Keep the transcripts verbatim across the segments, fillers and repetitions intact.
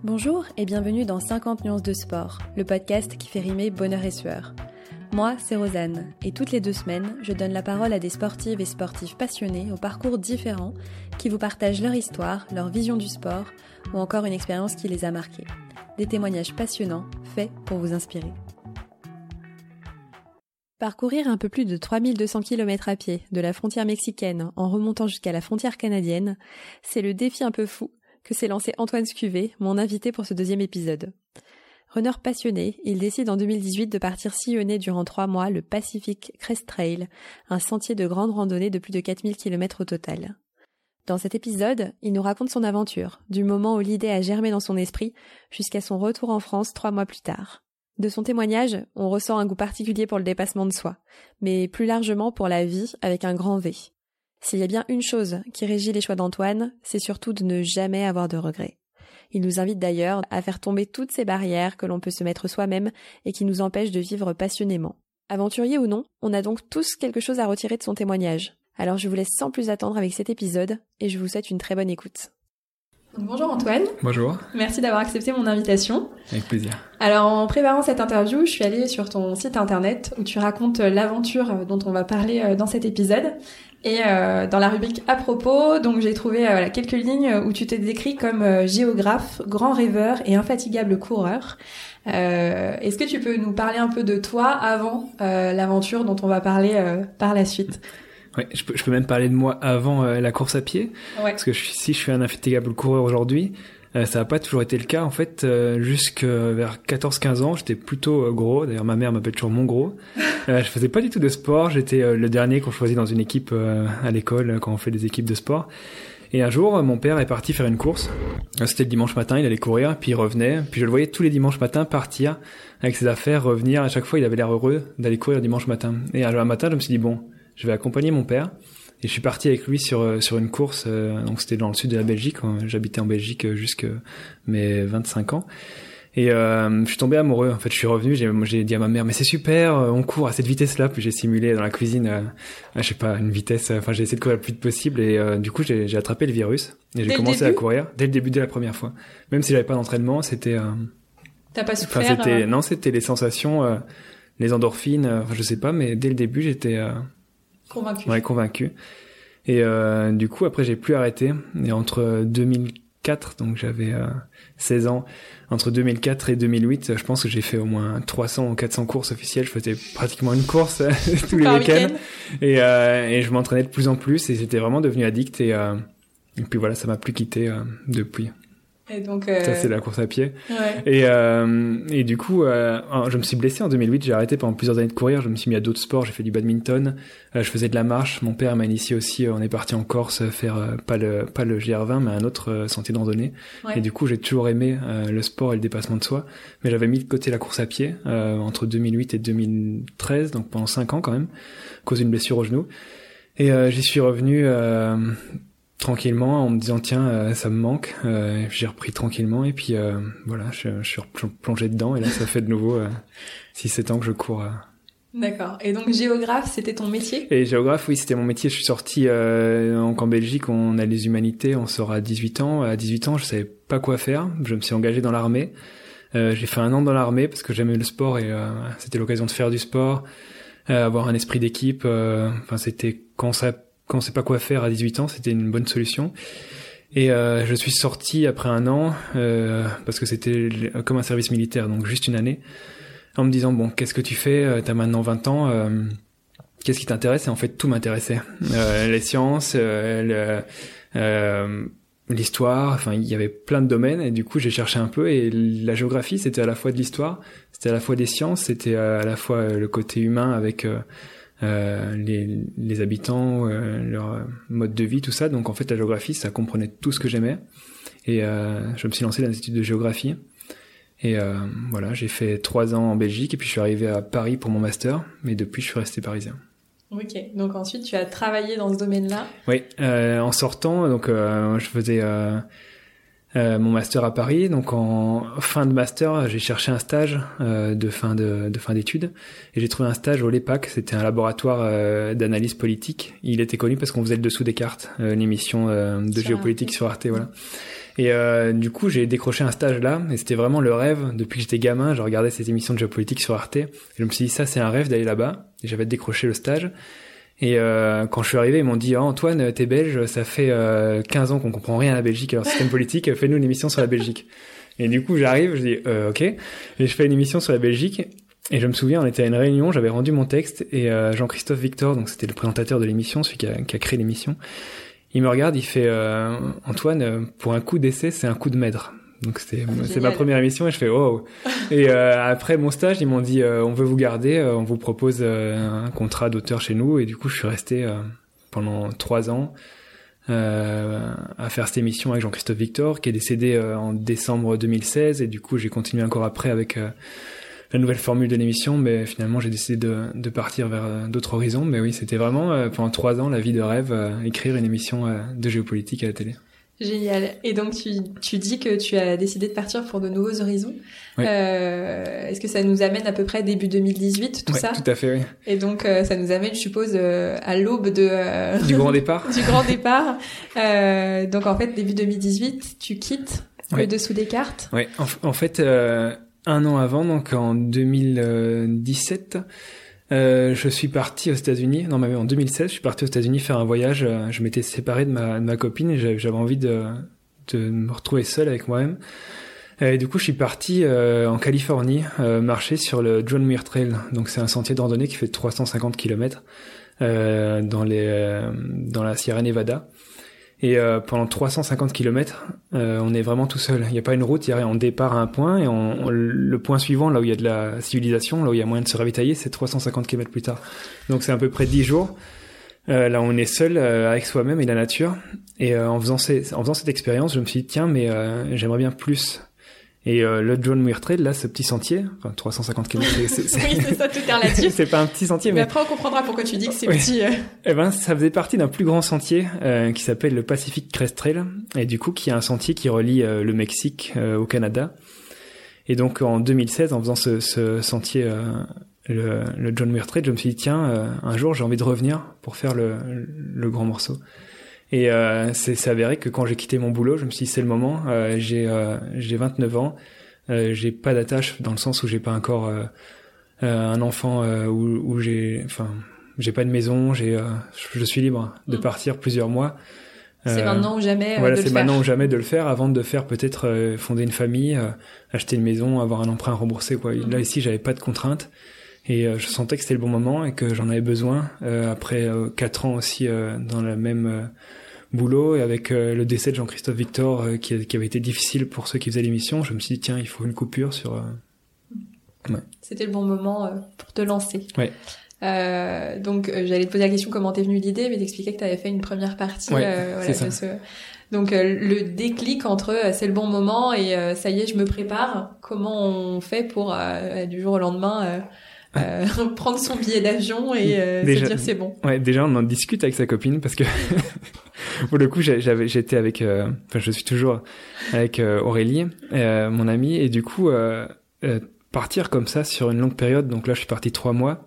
Bonjour et bienvenue dans cinquante nuances de sport, le podcast qui fait rimer bonheur et sueur. Moi, c'est Rosanne, et toutes les deux semaines, je donne la parole à des sportives et sportifs passionnés aux parcours différents qui vous partagent leur histoire, leur vision du sport ou encore une expérience qui les a marqués. Des témoignages passionnants, faits pour vous inspirer. Parcourir un peu plus de trois mille deux cents kilomètres à pied de la frontière mexicaine en remontant jusqu'à la frontière canadienne, c'est le défi un peu fou que s'est lancé Antoine Scuvet, mon invité pour ce deuxième épisode. Runner passionné, il décide en deux mille dix-huit de partir sillonner durant trois mois le Pacific Crest Trail, un sentier de grande randonnée de plus de quatre mille kilomètres au total. Dans cet épisode, il nous raconte son aventure, du moment où l'idée a germé dans son esprit jusqu'à son retour en France trois mois plus tard. De son témoignage, on ressent un goût particulier pour le dépassement de soi, mais plus largement pour la vie avec un grand V. S'il y a bien une chose qui régit les choix d'Antoine, c'est surtout de ne jamais avoir de regrets. Il nous invite d'ailleurs à faire tomber toutes ces barrières que l'on peut se mettre soi-même et qui nous empêchent de vivre passionnément. Aventurier ou non, on a donc tous quelque chose à retirer de son témoignage. Alors je vous laisse sans plus attendre avec cet épisode et je vous souhaite une très bonne écoute. Bonjour Antoine. Bonjour. Merci d'avoir accepté mon invitation. Avec plaisir. Alors en préparant cette interview, je suis allée sur ton site internet où tu racontes l'aventure dont on va parler dans cet épisode. Et euh, dans la rubrique à propos, donc j'ai trouvé euh, quelques lignes où tu t'es décrit comme euh, géographe, grand rêveur et infatigable coureur. Euh, est-ce que tu peux nous parler un peu de toi avant euh, l'aventure dont on va parler euh, par la suite ? Ouais, je peux, je peux même parler de moi avant euh, la course à pied, ouais. Parce que je, si je suis un infatigable coureur aujourd'hui, euh, ça n'a pas toujours été le cas. En fait, euh, jusque vers quatorze quinze ans, j'étais plutôt euh, gros. D'ailleurs, ma mère m'appelle toujours mon gros. Euh, je faisais pas du tout de sport. J'étais euh, le dernier qu'on choisit dans une équipe euh, à l'école quand on fait des équipes de sport. Et un jour, mon père est parti faire une course. C'était le dimanche matin, il allait courir, puis il revenait. Puis je le voyais tous les dimanches matins partir avec ses affaires, revenir. À chaque fois, il avait l'air heureux d'aller courir dimanche matin. Et un matin, je me suis dit bon, je vais accompagner mon père. Et je suis parti avec lui sur sur une course. Euh, donc c'était dans le sud de la Belgique. J'habitais en Belgique jusqu'à mes vingt-cinq ans. Et euh, je suis tombé amoureux. En fait, je suis revenu. J'ai, j'ai dit à ma mère, mais c'est super, on court à cette vitesse-là. Puis j'ai simulé dans la cuisine, euh, je sais pas, une vitesse. Enfin, j'ai essayé de courir le plus vite possible. Et euh, du coup, j'ai, j'ai attrapé le virus et j'ai dès commencé à courir dès le début, dès la première fois. Même si j'avais pas d'entraînement, c'était. Euh, T'as pas souffert Enfin, c'était euh... non, c'était les sensations, euh, les endorphines. Euh, enfin, je sais pas, mais dès le début, j'étais euh, convaincu. Ouais, convaincu. Et euh, du coup, après, j'ai plus arrêté. Et entre deux mille quatre, donc j'avais euh, seize ans, entre deux mille quatre et deux mille huit, je pense que j'ai fait au moins trois cents ou quatre cents courses officielles. Je faisais pratiquement une course tous les week-ends. Et, euh, et je m'entraînais de plus en plus et j'étais vraiment devenu addict. Et, euh, et puis voilà, ça m'a plus quitté euh, depuis. Et donc euh... ça c'est la course à pied. Ouais. Et euh, et du coup, euh, je me suis blessé en deux mille huit. J'ai arrêté pendant plusieurs années de courir. Je me suis mis à d'autres sports. J'ai fait du badminton. Euh, je faisais de la marche. Mon père m'a initié aussi. On est parti en Corse faire euh, pas le pas le G R vingt, mais un autre euh, sentier de randonnée. Ouais. Et du coup, j'ai toujours aimé euh, le sport et le dépassement de soi. Mais j'avais mis de côté la course à pied euh, entre deux mille huit et deux mille treize, donc pendant cinq ans quand même, à cause d'une blessure au genou. Et euh, j'y suis revenu. Euh, tranquillement en me disant tiens euh, ça me manque, euh, j'ai repris tranquillement et puis euh, voilà je, je suis plongé dedans et là ça fait de nouveau euh, six sept ans que je cours. Euh. D'accord. Et donc géographe, c'était ton métier ? Et géographe, oui, c'était mon métier. Je suis sorti euh, donc en Belgique, on a les humanités, on sort à dix-huit ans. À dix-huit ans, je savais pas quoi faire. Je me suis engagé dans l'armée. Euh, j'ai fait un an dans l'armée parce que j'aimais le sport et euh, c'était l'occasion de faire du sport, euh, avoir un esprit d'équipe. Euh, enfin, c'était quand ça quand on sait pas quoi faire à dix-huit ans, c'était une bonne solution. Et euh, je suis sorti après un an euh, parce que c'était comme un service militaire, donc juste une année, en me disant bon, qu'est-ce que tu fais ? T'as maintenant vingt ans, euh, qu'est-ce qui t'intéresse ? Et en fait, tout m'intéressait. Euh, les sciences, euh, le, euh, l'histoire, enfin, il y avait plein de domaines et du coup, j'ai cherché un peu et la géographie, c'était à la fois de l'histoire, c'était à la fois des sciences, c'était à la fois le côté humain avec euh, Euh, les, les habitants, euh, leur mode de vie, tout ça. Donc en fait la géographie, ça comprenait tout ce que j'aimais. Et euh, je me suis lancé dans les études de géographie. Et euh, voilà, j'ai fait trois ans en Belgique et puis je suis arrivé à Paris pour mon master. Mais depuis, je suis resté parisien. Ok, donc ensuite tu as travaillé dans ce domaine-là ? Oui, euh, en sortant, donc euh, je faisais euh, euh, mon master à Paris. Donc en fin de master, j'ai cherché un stage euh, de fin de, de fin d'études et j'ai trouvé un stage au l'EPAC. C'était un laboratoire euh, d'analyse politique. Il était connu parce qu'on faisait le dessous des cartes, euh, une émission euh, de sur géopolitique Arte. Sur Arte, voilà. Et euh, du coup, j'ai décroché un stage là, et c'était vraiment le rêve. Depuis que j'étais gamin, je regardais ces émissions de géopolitique sur Arte, et je me suis dit, ça, c'est un rêve d'aller là-bas. Et j'avais décroché le stage. Et euh, quand je suis arrivé, ils m'ont dit, oh, Antoine, t'es belge, ça fait euh, quinze ans qu'on comprend rien à la Belgique, alors système politique, fais-nous une émission sur la Belgique. Et du coup, j'arrive, je dis, euh, ok, et je fais une émission sur la Belgique. Et je me souviens, on était à une réunion, j'avais rendu mon texte, et euh, Jean-Christophe Victor, donc c'était le présentateur de l'émission, celui qui a, qui a créé l'émission, il me regarde, il fait euh, Antoine, pour un coup d'essai, c'est un coup de maître. Donc c'était c'est ma première émission et je fais oh. Et euh, après mon stage, ils m'ont dit euh, on veut vous garder, euh, on vous propose euh, un contrat d'auteur chez nous, et du coup je suis resté euh, pendant trois ans euh, à faire cette émission avec Jean-Christophe Victor, qui est décédé euh, en décembre deux mille seize, et du coup j'ai continué encore après avec euh, la nouvelle formule de l'émission, mais finalement j'ai décidé de, de partir vers euh, d'autres horizons. Mais oui, c'était vraiment euh, pendant trois ans la vie de rêve, euh, écrire une émission euh, de géopolitique à la télé. Génial. Et donc tu, tu dis que tu as décidé de partir pour de nouveaux horizons. Oui. Euh, est-ce que ça nous amène à peu près début deux mille dix-huit, tout ouais, ça? Tout à fait, oui. Et donc euh, ça nous amène, je suppose, euh, à l'aube de euh... du grand départ. du grand départ. Euh, donc en fait, début deux mille dix-huit, tu quittes oui. le dessous des cartes. Oui. En, en fait, euh, un an avant, donc en deux mille dix-sept. Euh, je suis parti aux États-Unis. Non, mais en deux mille seize, je suis parti aux États-Unis faire un voyage. Je m'étais séparé de ma, de ma copine et j'avais, j'avais envie de, de me retrouver seul avec moi-même. Et du coup, je suis parti euh, en Californie euh, marcher sur le John Muir Trail. Donc, c'est un sentier de randonnée qui fait trois cent cinquante kilomètres euh, dans les euh, dans la Sierra Nevada. Et euh, pendant trois cent cinquante kilomètres, euh, on est vraiment tout seul. Il n'y a pas une route, il y a rien. On départ à un point et on, on, le point suivant, là où il y a de la civilisation, là où il y a moyen de se ravitailler, c'est trois cent cinquante kilomètres plus tard. Donc c'est à peu près dix jours. Euh, là, on est seul euh, avec soi-même et la nature. Et euh, en faisant ces, en faisant cette expérience, je me suis dit tiens, mais euh, j'aimerais bien plus. Et euh, le John Muir Trail, là, ce petit sentier, enfin trois cent cinquante kilomètres, c'est, c'est... oui, c'est ça, tout est relatif. C'est pas un petit sentier, mais... mais après on comprendra pourquoi tu dis que c'est oui. petit. Euh... Eh ben, ça faisait partie d'un plus grand sentier euh, qui s'appelle le Pacific Crest Trail, et du coup, qui est un sentier qui relie euh, le Mexique euh, au Canada. Et donc, en deux mille seize, en faisant ce, ce sentier, euh, le, le John Muir Trail, je me suis dit tiens, euh, un jour, j'ai envie de revenir pour faire le, le grand morceau. Et euh, c'est, c'est avéré que quand j'ai quitté mon boulot, je me suis dit c'est le moment. Euh, j'ai euh, j'ai vingt-neuf ans, euh, j'ai pas d'attache dans le sens où j'ai pas encore euh, euh, un enfant euh, où, où j'ai, enfin, j'ai pas de maison, j'ai, euh, je suis libre de partir plusieurs mois. C'est euh, maintenant ou jamais. Euh, voilà, de c'est le maintenant faire. ou jamais de le faire, avant de faire peut-être euh, fonder une famille, euh, acheter une maison, avoir un emprunt remboursé, quoi. Mmh. Là ici, j'avais pas de contraintes. Et euh, je sentais que c'était le bon moment et que j'en avais besoin euh, après euh, quatre ans aussi euh, dans le même euh, boulot, et avec euh, le décès de Jean-Christophe Victor euh, qui, qui avait été difficile pour ceux qui faisaient l'émission, je me suis dit tiens, il faut une coupure sur... Euh... Ouais. C'était le bon moment euh, pour te lancer. Ouais. Euh, donc euh, j'allais te poser la question comment t'es venue l'idée, mais t'expliquais que t'avais fait une première partie. Ouais, euh, voilà, c'est de ça. ce... Donc euh, le déclic entre euh, c'est le bon moment et euh, ça y est, je me prépare. Comment on fait pour euh, du jour au lendemain euh, Euh, prendre son billet d'avion et euh, déjà, se dire c'est bon. Ouais, déjà on en discute avec sa copine parce que pour le coup j'avais j'étais avec, euh, enfin je suis toujours avec euh, Aurélie, euh, mon amie, et du coup euh, euh, partir comme ça sur une longue période. Donc là je suis parti trois mois.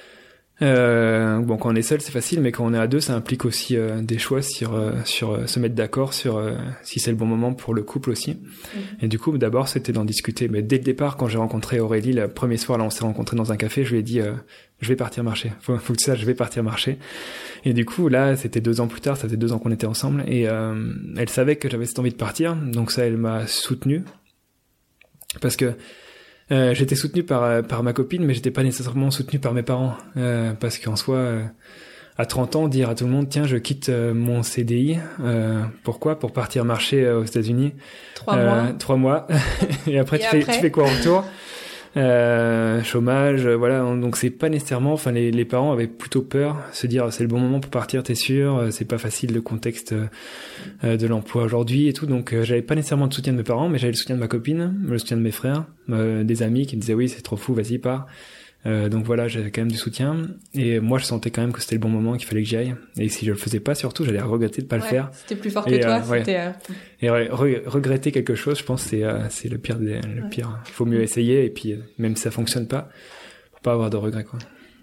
Euh, bon, quand on est seul c'est facile, mais quand on est à deux ça implique aussi euh, des choix sur euh, sur euh, se mettre d'accord sur euh, si c'est le bon moment pour le couple aussi. Mmh. Et du coup d'abord c'était d'en discuter, mais dès le départ quand j'ai rencontré Aurélie le premier soir, là on s'est rencontrés dans un café, je lui ai dit euh, je vais partir marcher, faut, faut que tu saches, je vais partir marcher. Et du coup là c'était deux ans plus tard, ça faisait deux ans qu'on était ensemble, et euh, elle savait que j'avais cette envie de partir, donc ça elle m'a soutenu parce que Euh, j'étais soutenu par par ma copine, mais j'étais pas nécessairement soutenu par mes parents, euh, parce qu'en soi, euh, à trente ans, dire à tout le monde tiens je quitte euh, mon C D I, euh, pourquoi? Pour partir marcher euh, aux États-Unis. Trois euh, mois. Trois mois. Et après Et tu après fais tu fais quoi en retour? Euh, chômage, euh, voilà. Donc c'est pas nécessairement. Enfin, les, les parents avaient plutôt peur, se dire c'est le bon moment pour partir, t'es sûr. C'est pas facile le contexte euh, de l'emploi aujourd'hui et tout. Donc euh, j'avais pas nécessairement de soutien de mes parents, mais j'avais le soutien de ma copine, le soutien de mes frères, euh, des amis qui me disaient oui c'est trop fou, vas-y pars. Euh, donc voilà, j'avais quand même du soutien, et moi je sentais quand même que c'était le bon moment, qu'il fallait que j'y aille, et si je le faisais pas surtout j'allais regretter de pas ouais, le faire. C'était plus fort et, que toi. euh, ouais. C'était, euh... Et re- regretter quelque chose, je pense c'est euh, c'est le pire des, le ouais. pire. Il faut mieux essayer, et puis euh, même si ça fonctionne pas, faut pas avoir de regrets quoi.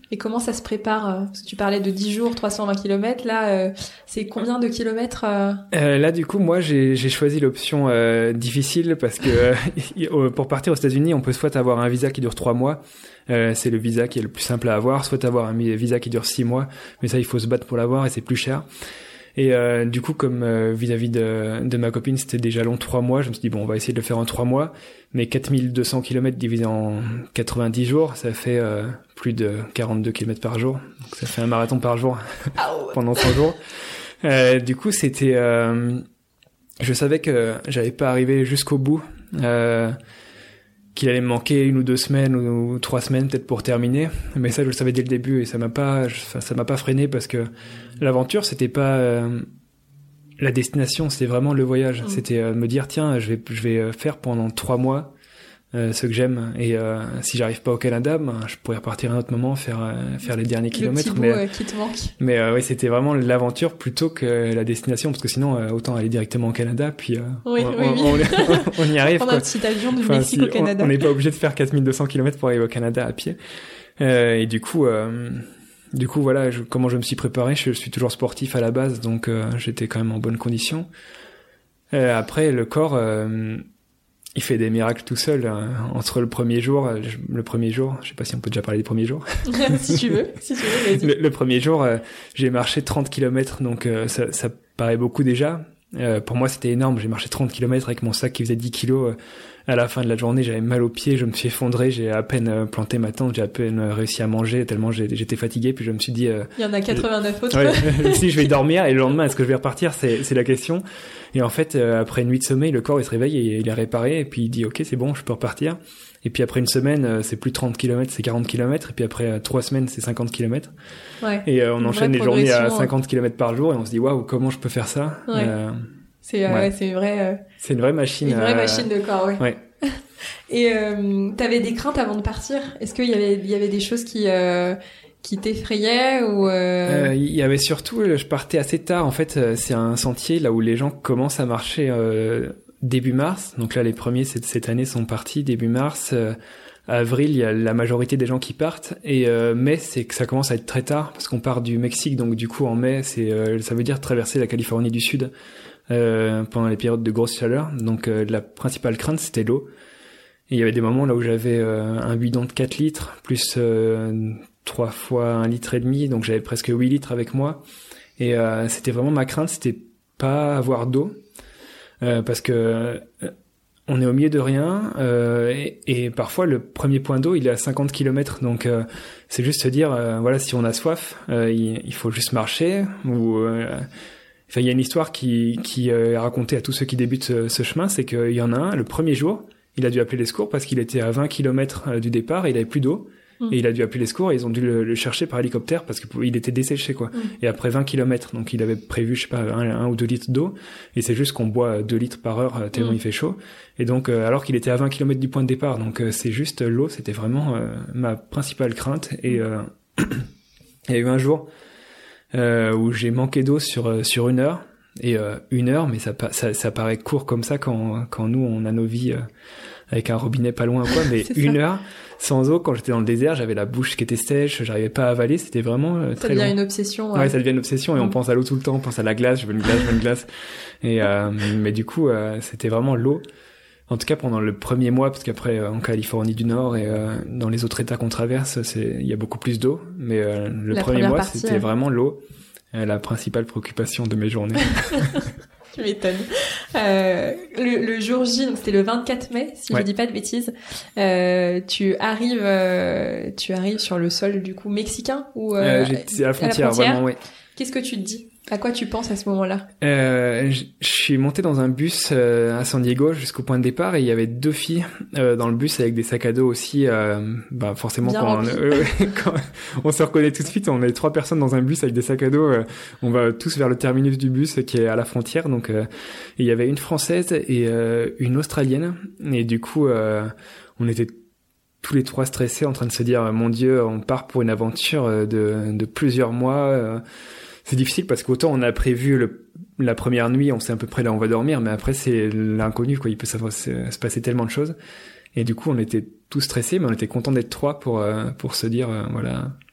Et comment ça se prépare euh, parce que tu parlais de dix jours, trois cent vingt kilomètres. Là, euh, c'est combien de kilomètres euh... Euh, Là, du coup, moi, j'ai, j'ai choisi l'option euh, difficile parce que euh, pour partir aux États-Unis, on peut soit avoir un visa qui dure trois mois, euh, c'est le visa qui est le plus simple à avoir, soit avoir un visa qui dure six mois, mais ça, il faut se battre pour l'avoir et c'est plus cher. Et euh, du coup, comme euh, vis-à-vis de, de ma copine, c'était déjà long trois mois, je me suis dit, bon, on va essayer de le faire en trois mois. Mais quatre mille deux cents kilomètres divisé en quatre-vingt-dix jours, ça fait euh, plus de quarante-deux kilomètres par jour. Donc ça fait un marathon par jour pendant cent jours. Euh, du coup, c'était... Euh, je savais que j'allais pas arriver jusqu'au bout, euh, qu'il allait me manquer une ou deux semaines ou, ou trois semaines peut-être pour terminer. Mais ça, je le savais dès le début et ça m'a pas, ça m'a pas freiné parce que l'aventure, c'était pas euh, la destination, c'était vraiment le voyage. Mmh. C'était euh, me dire tiens, je vais, je vais faire pendant trois mois euh, ce que j'aime et euh, si j'arrive pas au Canada, ben, je pourrais repartir à un autre moment faire euh, faire les derniers le kilomètres. Petit mais bout, euh, qui te manque. Mais euh, oui, c'était vraiment l'aventure plutôt que la destination parce que sinon euh, autant aller directement au Canada puis euh, oui, on, oui, on, oui. on, on y arrive. Prendre quoi. un petit avion du enfin, Mexique si, au Canada. On n'est pas obligé de faire quatre mille deux cents kilomètres pour arriver au Canada à pied. Euh, et du coup. Euh, Du coup, voilà, je, comment je me suis préparé, je, je suis toujours sportif à la base, donc euh, j'étais quand même en bonne condition. Euh, après, le corps, euh, il fait des miracles tout seul. Hein. Entre le premier jour, le premier jour, je sais pas si on peut déjà parler des premiers jours. si tu veux, si tu veux, vas-y. Le, le premier jour, euh, j'ai marché trente kilomètres, donc euh, ça, ça paraît beaucoup déjà. Euh, pour moi, c'était énorme. J'ai marché trente kilomètres avec mon sac qui faisait dix kilos. Euh, à la fin de la journée, j'avais mal aux pieds, je me suis effondré, j'ai à peine euh, planté ma tente, j'ai à peine euh, réussi à manger tellement j'ai, j'étais fatigué. Puis je me suis dit, euh, il y en a quatre-vingt-neuf autres. Ouais, si je vais dormir et le lendemain, est-ce que je vais repartir, c'est, c'est la question. Et en fait, euh, après une nuit de sommeil, le corps il se réveille et il est réparé et puis il dit, ok, c'est bon, je peux repartir. Et puis après une semaine, euh, c'est plus trente kilomètres, c'est quarante kilomètres. Et puis après euh, trois semaines, c'est cinquante kilomètres. Ouais. Et euh, on une enchaîne les journées à hein. cinquante kilomètres par jour et on se dit, waouh, comment je peux faire ça? Ouais. Euh, c'est, euh, ouais. c'est vrai. Euh... C'est une vraie machine. Une vraie euh... machine de corps, ouais. Ouais. Et euh, t'avais des craintes avant de partir? Est-ce qu'il y avait, il y avait des choses qui, euh, qui t'effrayaient ou euh... Euh, il y avait surtout, je partais assez tard. En fait, c'est un sentier là où les gens commencent à marcher euh, début mars. Donc là, les premiers cette, cette année sont partis début mars. Euh, avril, il y a la majorité des gens qui partent. Et euh, mai, c'est que ça commence à être très tard parce qu'on part du Mexique. Donc du coup, en mai, c'est, euh, ça veut dire traverser la Californie du Sud euh, pendant les périodes de grosse chaleur. Donc euh, la principale crainte, c'était l'eau. Et il y avait des moments là où j'avais euh, un bidon de quatre litres, plus euh, trois fois un litre et demi, donc j'avais presque huit litres avec moi. Et euh, c'était vraiment ma crainte, c'était pas avoir d'eau, euh, parce que euh, on est au milieu de rien, euh, et, et parfois le premier point d'eau, il est à cinquante kilomètres, donc euh, c'est juste se dire, euh, voilà, si on a soif, euh, il, il faut juste marcher, ou... Euh, enfin, il y a une histoire qui, qui euh, est racontée à tous ceux qui débutent ce, ce chemin, c'est qu'il y en a un, le premier jour, il a dû appeler les secours parce qu'il était à vingt kilomètres du départ et il avait plus d'eau. Mmh. Et il a dû appeler les secours et ils ont dû le, le chercher par hélicoptère parce qu'il était desséché, quoi. Mmh. Et après vingt kilomètres, donc il avait prévu, je sais pas, un, un ou deux litres d'eau. Et c'est juste qu'on boit deux litres par heure tellement mmh. il fait chaud. Et donc, euh, alors qu'il était à vingt kilomètres du point de départ. Donc, euh, c'est juste l'eau, c'était vraiment euh, ma principale crainte. Et euh, il y a eu un jour euh, où j'ai manqué d'eau sur, euh, sur une heure. Et euh, une heure, mais ça, ça, ça paraît court comme ça quand, quand nous, on a nos vies euh, avec un robinet pas loin, quoi. Mais une heure sans eau, quand j'étais dans le désert, j'avais la bouche qui était sèche, j'arrivais pas à avaler, c'était vraiment euh, très long. Ça devient une obsession. Ouais. ouais, ça devient une obsession et mmh. on pense à l'eau tout le temps, on pense à la glace, je veux une glace, je veux une glace. Et euh, mais du coup, euh, c'était vraiment l'eau. En tout cas, pendant le premier mois, parce qu'après, euh, en Californie du Nord et euh, dans les autres États qu'on traverse, c'est il y a beaucoup plus d'eau. Mais euh, le la premier mois, partie, c'était ouais. vraiment l'eau. La principale préoccupation de mes journées. Tu m'étonnes. Euh, le, le jour J, donc c'était le vingt-quatre mai, si ouais. je dis pas de bêtises. Euh, tu arrives, euh, tu arrives sur le sol du coup mexicain ou euh, euh, j'étais à la frontière, à la frontière. Vraiment, ouais. Qu'est-ce que tu te dis? À quoi tu penses à ce moment-là? euh, Je suis monté dans un bus euh, à San Diego jusqu'au point de départ et il y avait deux filles euh, dans le bus avec des sacs à dos aussi. Euh, bah forcément, quand on, euh, quand on se reconnaît tout de suite, on est trois personnes dans un bus avec des sacs à dos. Euh, on va tous vers le terminus du bus qui est à la frontière. Donc, euh, il y avait une Française et euh, une Australienne. Et du coup, euh, on était tous les trois stressés en train de se dire, mon Dieu, on part pour une aventure de, de plusieurs mois. Euh, C'est difficile parce qu'autant on a prévu le, la première nuit, on sait à peu près là où on va dormir, mais après c'est l'inconnu, quoi. Il peut savoir, se, se passer tellement de choses. Et du coup, on était tous stressés, mais on était contents d'être trois pour euh, pour se dire, euh, voilà,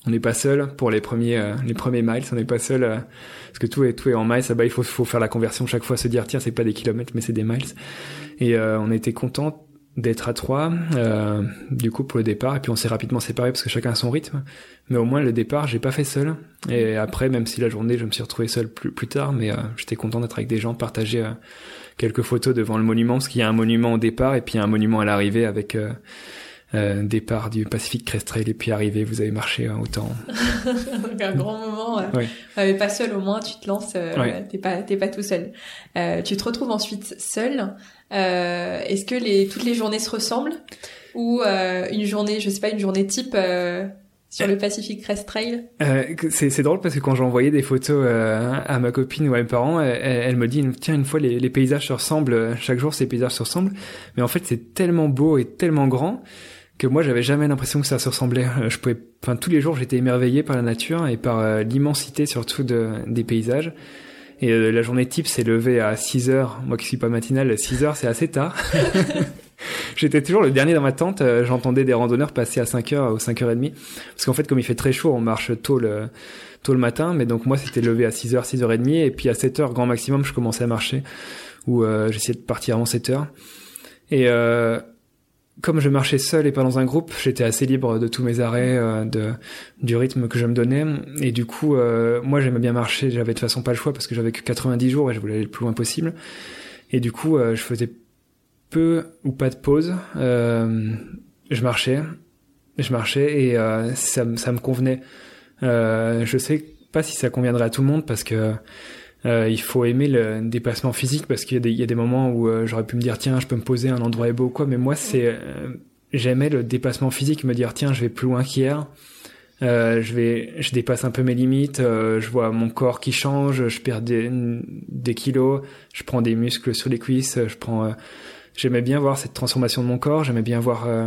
On n'est pas seul pour les premiers euh, les premiers miles, on n'est pas seul euh, parce que tout est tout est en miles. Ah bah il faut faut faire la conversion chaque fois, se dire tiens c'est pas des kilomètres mais c'est des miles. Et euh, on était content d'être à trois euh, du coup pour le départ et puis on s'est rapidement séparés parce que chacun a son rythme. Mais au moins le départ j'ai pas fait seul. Et après même si la journée je me suis retrouvé seul plus plus tard, mais euh, j'étais content d'être avec des gens, de partager euh, quelques photos devant le monument parce qu'il y a un monument au départ et puis il y a un monument à l'arrivée avec euh, Euh, départ du Pacific Crest Trail et puis arrivé, vous avez marché euh, autant. Donc un grand moment. Euh, oui. Mais pas seul, au moins tu te lances. Euh, oui. T'es pas, t'es pas tout seul. Euh, tu te retrouves ensuite seul. Euh, est-ce que les toutes les journées se ressemblent ou euh, une journée, je sais pas, une journée type euh, sur le Pacific Crest Trail? Euh, c'est, c'est drôle parce que quand j'envoyais des photos euh, à ma copine ou à mes parents, elle, elle me dit tiens une fois les, les paysages se ressemblent, chaque jour ces paysages se ressemblent, mais en fait c'est tellement beau et tellement grand que moi j'avais jamais l'impression que ça se ressemblait. Je pouvais, enfin tous les jours j'étais émerveillé par la nature et par euh, l'immensité surtout de, des paysages. Et euh, la journée type s'est levée à six heures. Moi qui suis pas matinal, six heures c'est assez tard. J'étais toujours le dernier dans ma tente. Euh, j'entendais des randonneurs passer à cinq heures ou cinq heures trente. Parce qu'en fait comme il fait très chaud, on marche tôt le tôt le matin. Mais donc moi c'était levé à six heures, six heures trente. Et puis à sept heures grand maximum je commençais à marcher. Ou euh, j'essayais de partir avant sept heures. Et euh, comme je marchais seul et pas dans un groupe, j'étais assez libre de tous mes arrêts, euh, de du rythme que je me donnais. Et du coup, euh, moi j'aimais bien marcher. J'avais de toute façon pas le choix parce que j'avais que quatre-vingt-dix jours et je voulais aller le plus loin possible. Et du coup, euh, je faisais peu ou pas de pause. Euh, je marchais, je marchais et euh, ça, ça me convenait. Euh, je sais pas si ça conviendrait à tout le monde parce que Euh, il faut aimer le dépassement physique parce qu'il y a des, il y a des moments où euh, j'aurais pu me dire tiens je peux me poser, un endroit est beau ou quoi, mais moi c'est euh, j'aimais le dépassement physique, me dire tiens je vais plus loin qu'hier, euh, je vais je dépasse un peu mes limites, euh, je vois mon corps qui change, je perds des, des kilos, je prends des muscles sur les cuisses, je prends euh, j'aimais bien voir cette transformation de mon corps, j'aimais bien voir euh,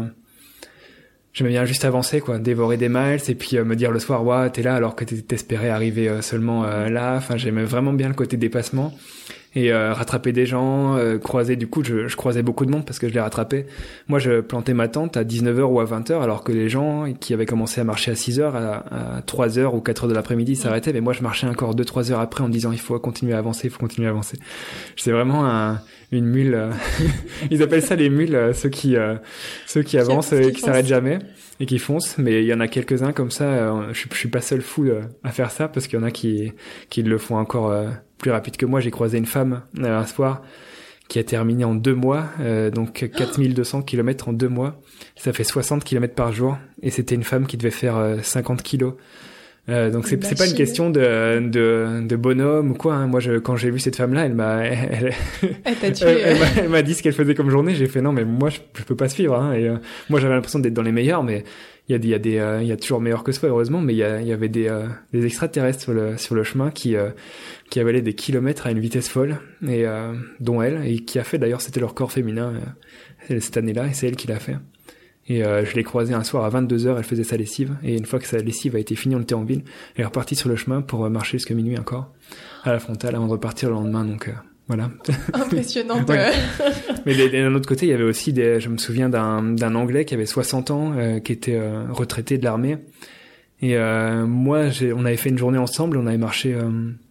J'aimais bien juste avancer, quoi, dévorer des miles et puis euh, me dire le soir, ouais, t'es là alors que t'espérais arriver euh, seulement euh, là. Enfin, j'aimais vraiment bien le côté dépassement et euh, rattraper des gens, euh, croiser. Du coup, je, je croisais beaucoup de monde parce que je les rattrapais. Moi, je plantais ma tente à dix-neuf heures ou à vingt heures alors que les gens qui avaient commencé à marcher à six heures, à, à trois heures ou quatre heures de l'après-midi s'arrêtaient. Mais moi, je marchais encore deux trois heures après en me disant, il faut continuer à avancer, il faut continuer à avancer. C'est vraiment un... une mule. Euh... Ils appellent ça les mules, euh, ceux qui euh, ceux qui avancent et qui s'arrêtent jamais et qui foncent. Mais il y en a quelques-uns comme ça. Euh, je, je suis pas seul fou euh, à faire ça parce qu'il y en a qui qui le font encore euh, plus rapide que moi. J'ai croisé une femme euh, un soir qui a terminé en deux mois, euh, donc quatre mille deux cents kilomètres en deux mois. Ça fait soixante kilomètres par jour et c'était une femme qui devait faire euh, cinquante kilos. Euh, donc c'est, c'est pas une question de de, de bonhomme ou quoi. Hein. Moi, je, quand j'ai vu cette femme-là, elle m'a, elle, elle, t'a tué, elle, elle, m'a, elle m'a dit ce qu'elle faisait comme journée. J'ai fait non, mais moi, je, je peux pas suivre. Hein. Et euh, moi, j'avais l'impression d'être dans les meilleurs, mais il y a des, il y a des, euh, il y a toujours meilleurs que soi, heureusement. Mais il y a, il y avait des, euh, des extraterrestres sur le sur le chemin qui euh, qui avalaient des kilomètres à une vitesse folle, et euh, dont elle, et qui a fait d'ailleurs, c'était leur corps féminin euh, cette année-là, et c'est elle qui l'a fait. Et euh, je l'ai croisée un soir à vingt-deux heures, elle faisait sa lessive, et une fois que sa lessive a été finie, on était en ville, elle est repartie sur le chemin pour euh, marcher jusqu'à minuit encore, à la frontale, avant de repartir le lendemain, donc euh, voilà. Impressionnant. Ouais. Mais d'un autre côté, il y avait aussi des, je me souviens d'un, d'un Anglais qui avait soixante ans, euh, qui était euh, retraité de l'armée, et euh, moi, j'ai, on avait fait une journée ensemble, on avait marché euh,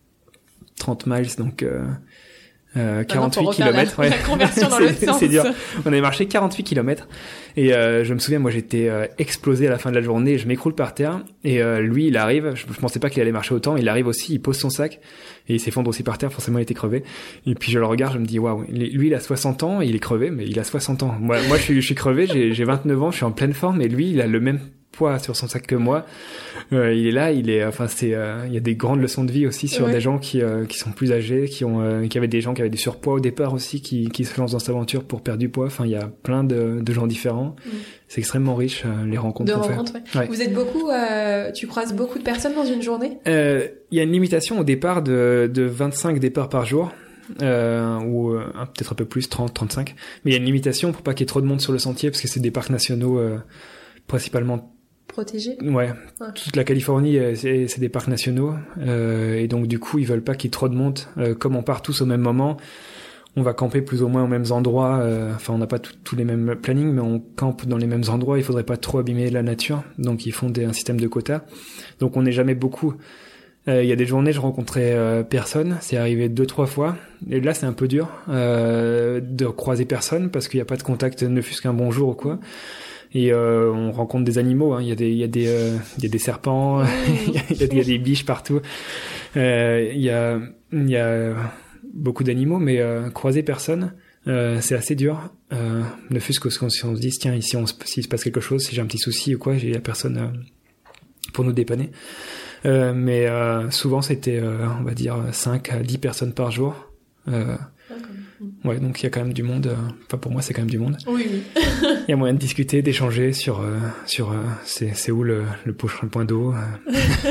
trente miles, donc... Euh, Euh, quarante-huit kilomètres, la, ouais. La conversion dans l'autre sens. C'est dur. On avait marché quarante-huit kilomètres et euh, je me souviens, moi j'étais euh, explosé à la fin de la journée, je m'écroule par terre et euh, lui il arrive, je, je pensais pas qu'il allait marcher autant, il arrive aussi, il pose son sac et il s'effondre aussi par terre, forcément il était crevé. Et puis je le regarde, je me dis waouh, lui il a soixante ans, il est crevé, mais il a soixante ans. Moi, moi je suis, je suis crevé, j'ai, j'ai vingt-neuf ans, je suis en pleine forme et lui il a le même poids sur son sac que moi. Euh, il est là, il est, enfin c'est, euh, il y a des grandes leçons de vie aussi sur ouais. des gens qui euh, qui sont plus âgés, qui ont, euh, qui avaient des gens qui avaient du surpoids au départ aussi, qui qui se lancent dans cette aventure pour perdre du poids. Enfin il y a plein de de gens différents. Mm. C'est extrêmement riche euh, les rencontres. De qu'on rencontres. fait. Ouais. Ouais. Vous êtes beaucoup, euh, tu croises beaucoup de personnes dans une journée. Euh, il y a une limitation au départ de de vingt-cinq départs par jour. Euh, ou euh, peut-être un peu plus, trente, trente-cinq. Mais il y a une limitation pour pas qu'il y ait trop de monde sur le sentier parce que c'est des parcs nationaux euh, principalement protégés. Ouais. ouais. Toute la Californie, c'est, c'est des parcs nationaux, euh, et donc du coup, ils veulent pas qu'il y ait trop de monde. Euh, comme on part tous au même moment, on va camper plus ou moins aux mêmes endroits. Euh, enfin, on n'a pas tous les mêmes plannings, mais on campe dans les mêmes endroits. Il faudrait pas trop abîmer la nature, donc ils font des, un système de quotas. Donc on n'est jamais beaucoup. Il euh, y a des journées, je rencontrais euh, personne. C'est arrivé deux, trois fois. Et là, c'est un peu dur euh, de croiser personne parce qu'il n'y a pas de contact, ne fût-ce qu'un bonjour ou quoi. Et euh, on rencontre des animaux. Hein. Il y a des, il y a des, euh, il y a des serpents. il, y a, il y a des biches partout. Euh, il y a, il y a beaucoup d'animaux, mais euh, croiser personne, euh, c'est assez dur. Euh, ne fût-ce que si on se dit, tiens, ici, on se, s'il se passe quelque chose, si j'ai un petit souci ou quoi, il y a personne euh, pour nous dépanner. Euh, mais euh, souvent, c'était, euh, on va dire, cinq à dix personnes par jour. Euh, ouais, donc il y a quand même du monde. Euh, enfin, pour moi, c'est quand même du monde. Oui, oui. Il y a moyen de discuter, d'échanger sur, euh, sur euh, c'est, c'est où le, le prochain point d'eau. Euh.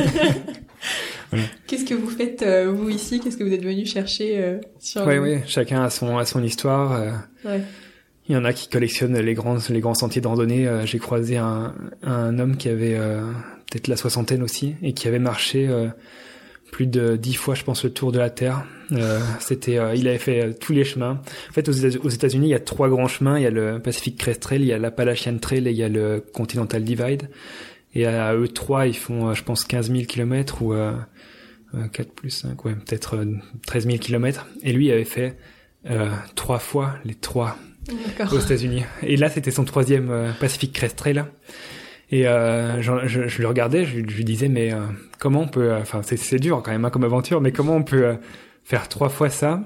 Voilà. Qu'est-ce que vous faites, euh, vous, ici? Qu'est-ce que vous êtes venu chercher euh, sur... Oui, oui, chacun a son, a son histoire. Euh, ouais. Il y en a qui collectionnent les grands, les grands sentiers de randonnée. Euh, j'ai croisé un, un homme qui avait euh, peut-être la soixantaine aussi et qui avait marché euh, plus de dix fois, je pense, le tour de la Terre. Euh, c'était, euh, il avait fait euh, tous les chemins. En fait, aux États- aux États-Unis, il y a trois grands chemins. Il y a le Pacific Crest Trail, il y a l'Appalachian Trail et il y a le Continental Divide. Et à eux trois, ils font, euh, je pense, quinze mille kilomètres ou euh, quatre plus cinq, ouais, peut-être euh, treize mille kilomètres. Et lui, il avait fait euh, trois fois les trois D'accord. aux États-Unis. Et là, c'était son troisième euh, Pacific Crest Trail. Et euh, je, je, je le regardais, je, je lui disais, mais euh, comment on peut... Enfin, c'est, c'est dur quand même hein, comme aventure, mais comment on peut euh, faire trois fois ça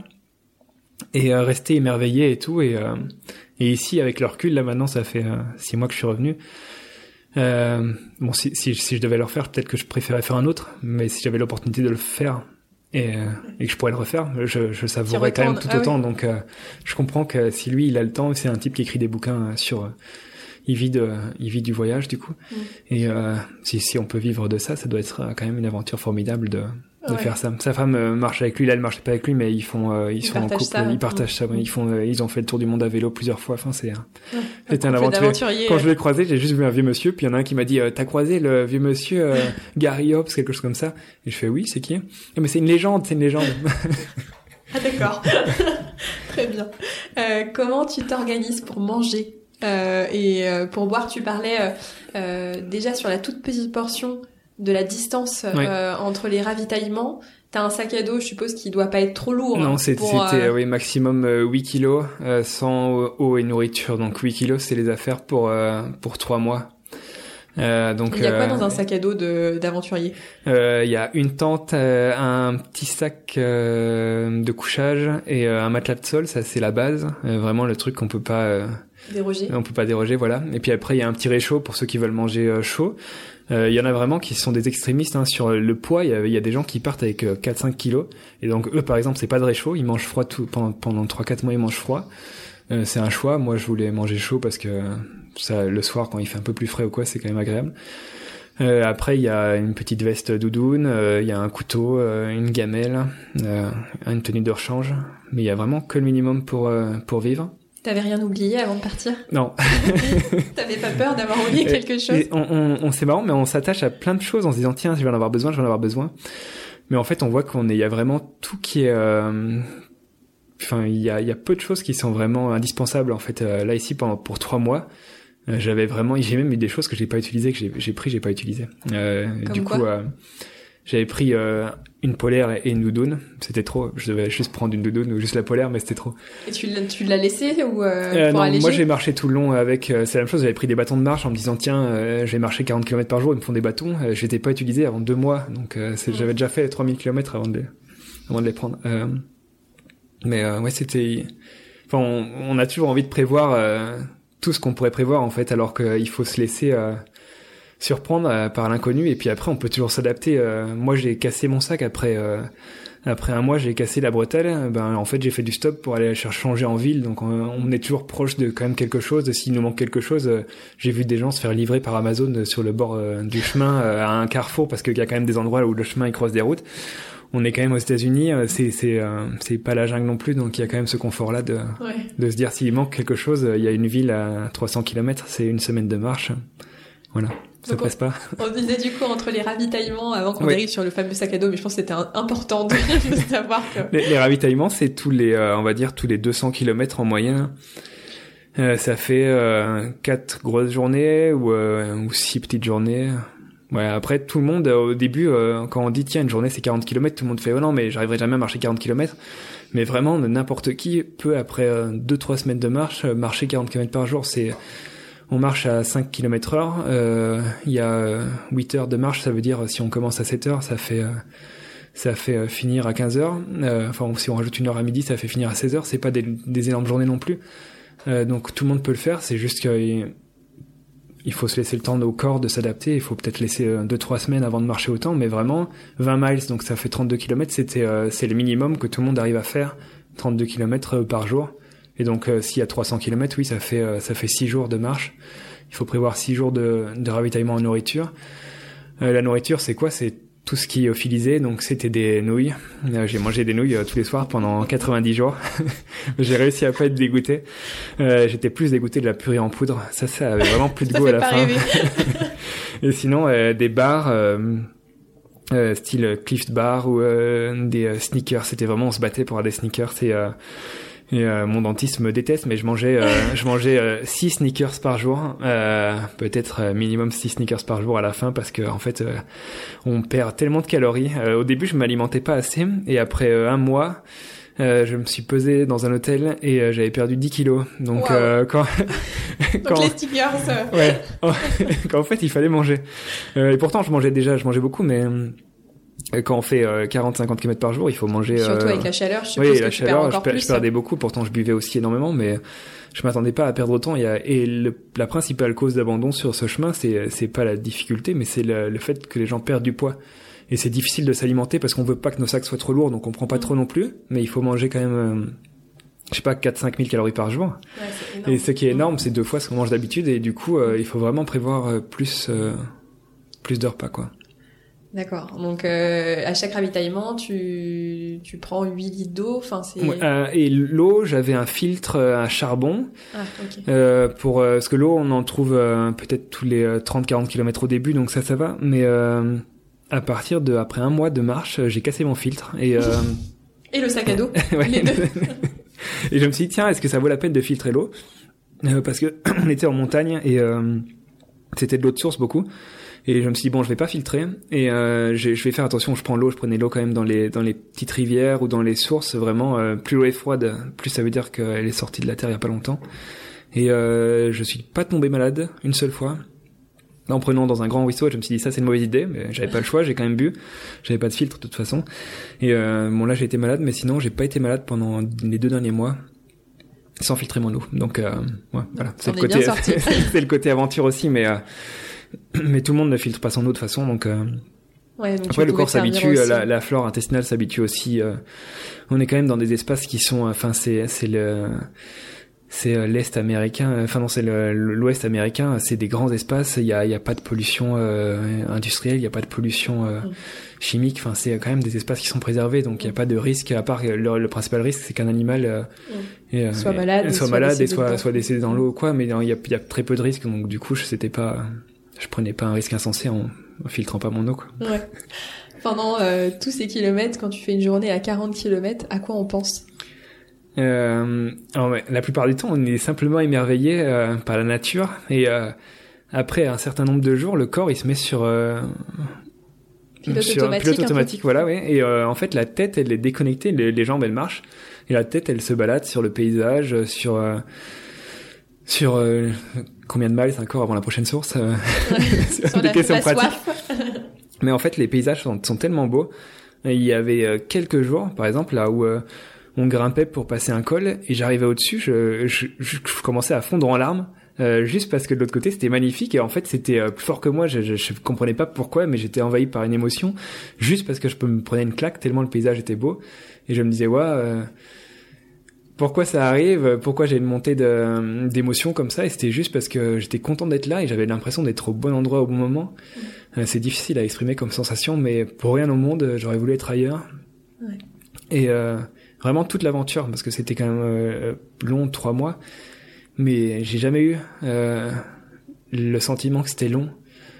et euh, rester émerveillé et tout. Et, euh, et ici, avec le recul, là maintenant, ça fait euh, six mois que je suis revenu. Euh, bon, si, si, si je devais le refaire, peut-être que je préférais faire un autre, mais si j'avais l'opportunité de le faire et, euh, et que je pourrais le refaire, je, je savourerais quand même tout ah autant. oui. Donc, euh, je comprends que si lui, il a le temps, c'est un type qui écrit des bouquins sur... Euh, il vit de, il vit du voyage, du coup. Mm. Et euh, si, si on peut vivre de ça, ça doit être quand même une aventure formidable de, de ouais. faire ça. Sa femme euh, marche avec lui, là, elle marchait pas avec lui, mais ils font, euh, ils, ils sont en couple, ça. ils partagent ça. Ouais. Ils font, euh, ils ont fait le tour du monde à vélo plusieurs fois. Enfin, c'est, ouais. c'était un aventurier. Quand je l'ai croisé, j'ai juste vu un vieux monsieur, puis il y en a un qui m'a dit, euh, t'as croisé le vieux monsieur euh, Gary Hobbs, quelque chose comme ça. Et je fais oui, c'est qui? Et mais c'est une légende, c'est une légende. Ah d'accord. Très bien. Euh, comment tu t'organises pour manger? Euh, et euh, pour boire, tu parlais euh, euh, déjà sur la toute petite portion de la distance euh, oui. entre les ravitaillements. T'as un sac à dos, je suppose, qui doit pas être trop lourd. Non, hein, c'est, pour, c'était euh... oui, maximum euh, huit kilos, euh, sans eau et nourriture. Donc huit kilos, c'est les affaires pour euh, pour trois mois. Euh, donc, il y a quoi euh, dans un sac à dos de, d'aventurier? euh, Il y a une tente, euh, un petit sac euh, de couchage et euh, un matelas de sol. Ça, c'est la base. Euh, vraiment le truc qu'on peut pas... Euh, déroger. On peut pas déroger, voilà. Et puis après, il y a un petit réchaud pour ceux qui veulent manger euh, chaud. Il euh, y en a vraiment qui sont des extrémistes hein, sur le poids. Il y a, y a des gens qui partent avec euh, quatre cinq kilos. Et donc eux, par exemple, c'est pas de réchaud. Ils mangent froid tout, pendant, pendant trois quatre mois, ils mangent froid. Euh, c'est un choix. Moi, je voulais manger chaud parce que ça, le soir, quand il fait un peu plus frais ou quoi, c'est quand même agréable. Euh, après, il y a une petite veste doudoune, il euh, y a un couteau, euh, une gamelle, euh, une tenue de rechange. Mais il y a vraiment que le minimum pour euh, pour vivre. T'avais rien oublié avant de partir? Non. T'avais pas peur d'avoir oublié quelque chose? Et on, on, on, c'est marrant, mais on s'attache à plein de choses en se disant tiens, je vais en avoir besoin, je vais en avoir besoin. Mais en fait, on voit qu'on est, il y a vraiment tout qui est, euh, enfin, il y a, il y a peu de choses qui sont vraiment indispensables. En fait, euh, là ici, pendant pour trois mois, euh, j'avais vraiment, j'ai même eu des choses que j'ai pas utilisées, que j'ai, j'ai pris, j'ai pas utilisées. Euh, Comme du quoi coup, euh, j'avais pris euh, une polaire et une doudoune. C'était trop. Je devais juste prendre une doudoune ou juste la polaire, mais c'était trop. Et tu l'as, tu l'as laissé ou euh, euh, pour non, alléger? Moi, j'ai marché tout le long avec. Euh, c'est la même chose. J'avais pris des bâtons de marche en me disant tiens, euh, je vais marcher quarante kilomètres par jour. Ils me font des bâtons. Euh, je n'étais pas utilisé avant deux mois, donc euh, c'est, mmh. j'avais déjà fait trois mille kilomètres avant de les, avant de les prendre. Euh, mais euh, ouais, c'était. Enfin, on, on a toujours envie de prévoir euh, tout ce qu'on pourrait prévoir en fait, alors qu'il faut se laisser. Euh, surprendre euh, par l'inconnu et puis après on peut toujours s'adapter. Euh, moi j'ai cassé mon sac après euh, après un mois, j'ai cassé la bretelle. Ben en fait j'ai fait du stop pour aller chercher changer en ville, donc on, on est toujours proche de quand même quelque chose. S'il nous manque quelque chose, euh, j'ai vu des gens se faire livrer par Amazon sur le bord euh, du chemin euh, à un carrefour parce qu'il y a quand même des endroits où le chemin il croise des routes. On est quand même aux États-Unis, euh, c'est c'est euh, c'est pas la jungle non plus, donc il y a quand même ce confort là de ouais. de se dire s'il manque quelque chose, il y a une ville à trois cents kilomètres, c'est une semaine de marche, voilà. ça presse pas. On disait du coup entre les ravitaillements avant qu'on oui. dérive sur le fameux sac à dos, mais je pense que c'était un, important de, de savoir que... Les, les ravitaillements, c'est tous les, euh, on va dire, tous les deux cents kilomètres en moyenne. Euh, ça fait euh, quatre grosses journées ou, euh, ou six petites journées. Ouais, après, tout le monde, euh, au début, euh, quand on dit, tiens, une journée, c'est quarante kilomètres, tout le monde fait, oh non, mais j'arriverai jamais à marcher quarante kilomètres. Mais vraiment, n'importe qui peut, après euh, deux, trois semaines de marche, euh, marcher quarante kilomètres par jour. C'est, on marche à cinq kilomètres heure. Euh, il y a euh, huit heures de marche, ça veut dire, si on commence à sept heures, ça fait, euh, ça fait euh, finir à quinze heures. Euh, enfin, si on rajoute une heure à midi, ça fait finir à seize heures. C'est pas des, des énormes journées non plus. Euh, donc, tout le monde peut le faire. C'est juste que, il faut se laisser le temps au corps de s'adapter. Il faut peut-être laisser euh, deux, trois semaines avant de marcher autant. Mais vraiment, vingt miles, donc ça fait trente-deux kilomètres, c'était, euh, c'est le minimum que tout le monde arrive à faire. trente-deux kilomètres par jour. Et donc, euh, s'il y a trois cents kilomètres, oui, ça fait, euh, ça fait six jours de marche. Il faut prévoir six jours de, de ravitaillement en nourriture. Euh, la nourriture, c'est quoi? C'est tout ce qui est ophilisé. Donc, c'était des nouilles. Euh, j'ai mangé des nouilles euh, tous les soirs pendant quatre-vingt-dix jours. J'ai réussi à pas être dégoûté. Euh, j'étais plus dégoûté de la purée en poudre. Ça, ça avait vraiment plus de goût à la fin. Et sinon, euh, des bars, euh, euh, style Cliff Bar ou euh, des euh, sneakers. C'était vraiment, on se battait pour avoir des sneakers. Et, euh, et euh, mon dentiste me déteste, mais je mangeais, euh, je mangeais euh, six sneakers par jour, euh, peut-être euh, minimum six sneakers par jour à la fin, parce que en fait, euh, on perd tellement de calories. Euh, au début, je m'alimentais pas assez, et après euh, un mois, euh, je me suis pesé dans un hôtel et euh, j'avais perdu dix kilos. Donc wow. euh, quand, quand donc les stickers. Euh... Ouais. Quand en fait, il fallait manger. Euh, et pourtant, je mangeais déjà, je mangeais beaucoup, mais quand on fait euh, quarante à cinquante kilomètres par jour, il faut manger... Surtout euh... avec la chaleur, je suppose oui, que la tu chaleur, perds encore je, plus. Je perdais beaucoup, pourtant je buvais aussi énormément, mais je m'attendais pas à perdre autant. Il y a... Et le, la principale cause d'abandon sur ce chemin, c'est, c'est pas la difficulté, mais c'est le, le fait que les gens perdent du poids. Et c'est difficile de s'alimenter parce qu'on veut pas que nos sacs soient trop lourds, donc on prend pas mmh. trop non plus, mais il faut manger quand même... Euh... je sais pas, quatre à cinq mille calories par jour. Ouais, c'est énorme. Et ce qui est énorme, c'est deux fois ce qu'on mange d'habitude, et du coup, euh, il faut vraiment prévoir euh, plus, euh, plus de repas, quoi. D'accord. Donc, euh, à chaque ravitaillement, tu, tu prends huit litres d'eau, enfin, c'est... Ouais, euh, et l'eau, j'avais un filtre à charbon. Ah, ok. Euh, pour, euh, parce que l'eau, on en trouve, euh, peut-être tous les euh, trente à quarante kilomètres au début, donc ça, ça va. Mais, euh, à partir de, après un mois de marche, j'ai cassé mon filtre, et, euh... et le sac à dos. Ouais. Les deux. Et je me suis dit, tiens, est-ce que ça vaut la peine de filtrer l'eau? euh, Parce que on était en montagne et euh, c'était de l'eau de source beaucoup. Et je me suis dit, bon, je vais pas filtrer. Et euh, je vais faire attention, je prends l'eau, je prenais l'eau quand même dans les dans les petites rivières ou dans les sources. Vraiment, euh, plus l'eau est froide, plus ça veut dire qu'elle est sortie de la terre il y a pas longtemps. Et euh, je suis pas tombé malade une seule fois. En prenant dans un grand ruisseau, je me suis dit ça c'est une mauvaise idée, mais j'avais pas le choix, j'ai quand même bu, j'avais pas de filtre de toute façon. Et euh, bon là j'ai été malade, mais sinon j'ai pas été malade pendant les deux derniers mois sans filtrer mon eau. Donc euh, ouais, voilà, c'est le côté c'est le côté aventure aussi, mais euh, mais tout le monde ne filtre pas son eau de toute façon, donc. Euh, Ouais, donc après le corps s'habitue, la, la flore intestinale s'habitue aussi. Euh, on est quand même dans des espaces qui sont, enfin c'est c'est le c'est l'Est américain, enfin non c'est le, l'Ouest américain, c'est des grands espaces, il y a il y a pas de pollution euh, industrielle, il y a pas de pollution euh, mmh. chimique, enfin c'est quand même des espaces qui sont préservés, donc il y a pas de risque, à part le, le principal risque c'est qu'un animal euh, mmh. et, euh, soit malade, et, soit, soit malade et soit soit décédé dans l'eau ou quoi, mais il y a il y a très peu de risques, donc du coup je c'était pas je prenais pas un risque insensé en, en filtrant pas mon eau quoi. Ouais. Pendant euh, tous ces kilomètres, quand tu fais une journée à quarante kilomètres, à quoi on pense? Euh, alors, ouais, la plupart du temps, on est simplement émerveillé euh, par la nature, et euh, après un certain nombre de jours, le corps il se met sur euh, pilote sur automatique, pilote automatique, voilà, ouais. Et euh, en fait, la tête, elle est déconnectée, les, les jambes, elles marchent, et la tête, elle se balade sur le paysage, sur euh, sur euh, combien de miles encore avant la prochaine source, euh, ouais, sur, sur des la, questions la pratiques. Mais en fait, les paysages sont, sont tellement beaux. Il y avait euh, quelques jours, par exemple, là où euh, on grimpait pour passer un col et j'arrivais au-dessus, je, je, je, je commençais à fondre en larmes, euh, juste parce que de l'autre côté c'était magnifique et en fait c'était euh, plus fort que moi, je, je, je comprenais pas pourquoi, mais j'étais envahi par une émotion, juste parce que je me prenais une claque tellement le paysage était beau et je me disais ouais, euh, pourquoi ça arrive, pourquoi j'ai une montée de, d'émotions comme ça, et c'était juste parce que j'étais content d'être là et j'avais l'impression d'être au bon endroit au bon moment. Euh, c'est difficile à exprimer comme sensation, mais pour rien au monde j'aurais voulu être ailleurs. Ouais. Et euh, vraiment toute l'aventure, parce que c'était quand même euh, long, trois mois, mais j'ai jamais eu euh, le sentiment que c'était long.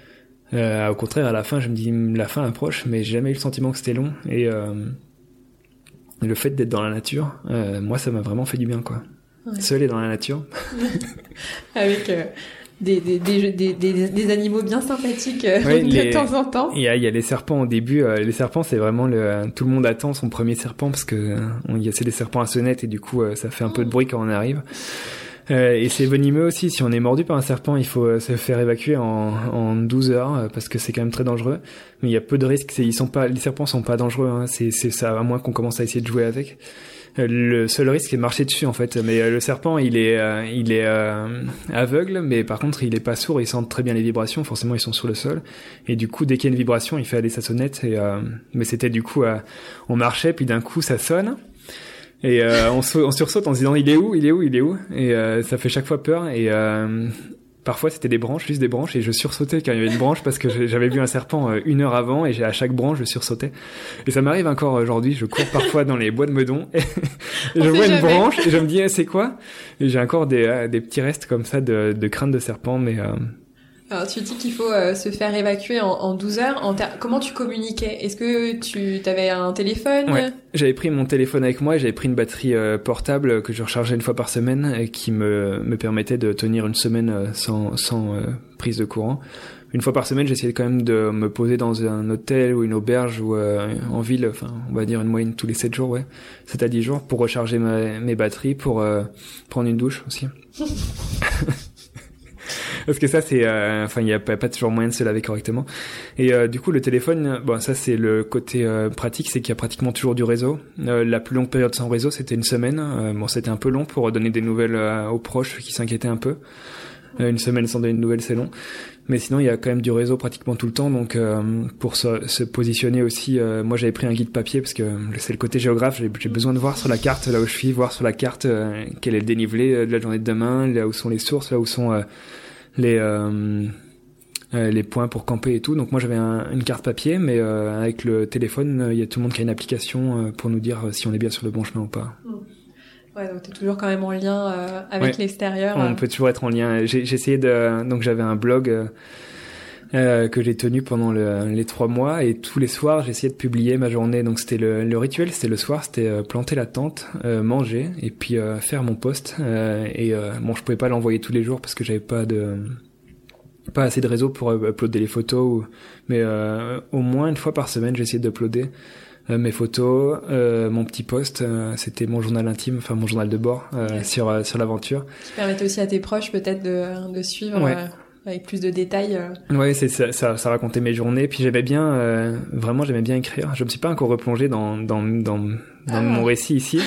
Euh, au contraire, à la fin, je me dis la fin approche, mais j'ai jamais eu le sentiment que c'était long. Et euh, le fait d'être dans la nature, euh, moi, ça m'a vraiment fait du bien, quoi. Ouais. Seul et dans la nature. Avec euh, des, des, des, des, des, des animaux bien sympathiques euh, ouais, de les, temps en temps. Il y a, il y a les serpents au début. Euh, les serpents, c'est vraiment le tout le monde attend son premier serpent parce que euh, on, y a, c'est des serpents à sonnette et du coup, euh, ça fait un peu de bruit quand on arrive. Euh, et c'est venimeux aussi. Si on est mordu par un serpent, il faut euh, se faire évacuer en, en douze heures euh, parce que c'est quand même très dangereux. Mais il y a peu de risques. C'est, ils sont pas, les serpents sont pas dangereux. Hein. C'est, c'est ça, à moins qu'on commence à essayer de jouer avec. Euh, le seul risque, c'est de marcher dessus en fait. Mais euh, le serpent, il est, euh, il est euh, aveugle, mais par contre, il est pas sourd. Il sent très bien les vibrations. Forcément, ils sont sur le sol. Et du coup, dès qu'il y a une vibration, il fait aller sa sonnette. Et, euh, mais c'était du coup, euh, on marchait, puis d'un coup, ça sonne. Et euh, on, on sursaute en se disant il est où, il est où, il est où et euh, ça fait chaque fois peur et euh, parfois c'était des branches, juste des branches et je sursautais quand il y avait une branche parce que j'avais vu un serpent une heure avant et à chaque branche je sursautais et ça m'arrive encore aujourd'hui, je cours parfois dans les bois de Meudon et, et je vois une jamais. branche et je me dis eh, c'est quoi et j'ai encore des, des petits restes comme ça de, de crâne de serpent mais euh, alors, tu dis qu'il faut euh, se faire évacuer en, en douze heures. En ter- Comment tu communiquais? Est-ce que tu avais un téléphone? Ouais, j'avais pris mon téléphone avec moi et j'avais pris une batterie euh, portable que je rechargeais une fois par semaine et qui me, me permettait de tenir une semaine euh, sans, sans euh, prise de courant. Une fois par semaine, j'essayais quand même de me poser dans un hôtel ou une auberge ou euh, en ville, enfin, on va dire une moyenne tous les sept jours, ouais, sept à dix jours pour recharger ma, mes batteries, pour euh, prendre une douche aussi. Parce que ça c'est euh, enfin il y a pas, pas toujours moyen de se laver correctement et euh, du coup le téléphone bon ça c'est le côté euh, pratique, c'est qu'il y a pratiquement toujours du réseau. Euh, la plus longue période sans réseau c'était une semaine. Euh, bon c'était un peu long pour donner des nouvelles euh, aux proches qui s'inquiétaient un peu. Euh, une semaine sans donner de nouvelles c'est long, mais sinon il y a quand même du réseau pratiquement tout le temps, donc euh, pour se, se positionner aussi euh, moi j'avais pris un guide papier parce que c'est le côté géographe, j'ai, j'ai besoin de voir sur la carte là où je suis, voir sur la carte euh, quel est le dénivelé euh, de la journée de demain, là où sont les sources, là où sont euh, les euh, euh, les points pour camper et tout. Donc moi j'avais un, une carte papier, mais euh, avec le téléphone il euh, y a tout le monde qui a une application euh, pour nous dire euh, si on est bien sur le bon chemin ou pas. Ouais, donc t'es toujours quand même en lien euh, avec ouais. l'extérieur. On euh. peut toujours être en lien. J'ai, j'ai essayé de, donc j'avais un blog euh, euh, que j'ai tenu pendant le, les trois mois et tous les soirs j'essayais de publier ma journée. Donc c'était le, le rituel, c'était le soir, c'était euh, planter la tente, euh, manger et puis euh, faire mon post. Euh, et euh, bon, je pouvais pas l'envoyer tous les jours parce que j'avais pas de pas assez de réseau pour euh, uploader les photos. Ou, mais euh, au moins une fois par semaine, j'essayais d'uploader euh, mes photos, euh, mon petit post. Euh, c'était mon journal intime, enfin mon journal de bord euh, ouais. sur euh, sur l'aventure. Qui permettait aussi à tes proches peut-être de de suivre. Ouais. Euh... avec plus de détails. Euh... Ouais, c'est ça, ça, ça racontait mes journées. Puis j'aimais bien, euh, vraiment, j'aimais bien écrire. Je me suis pas encore replongé dans dans dans, dans ah. mon récit ici,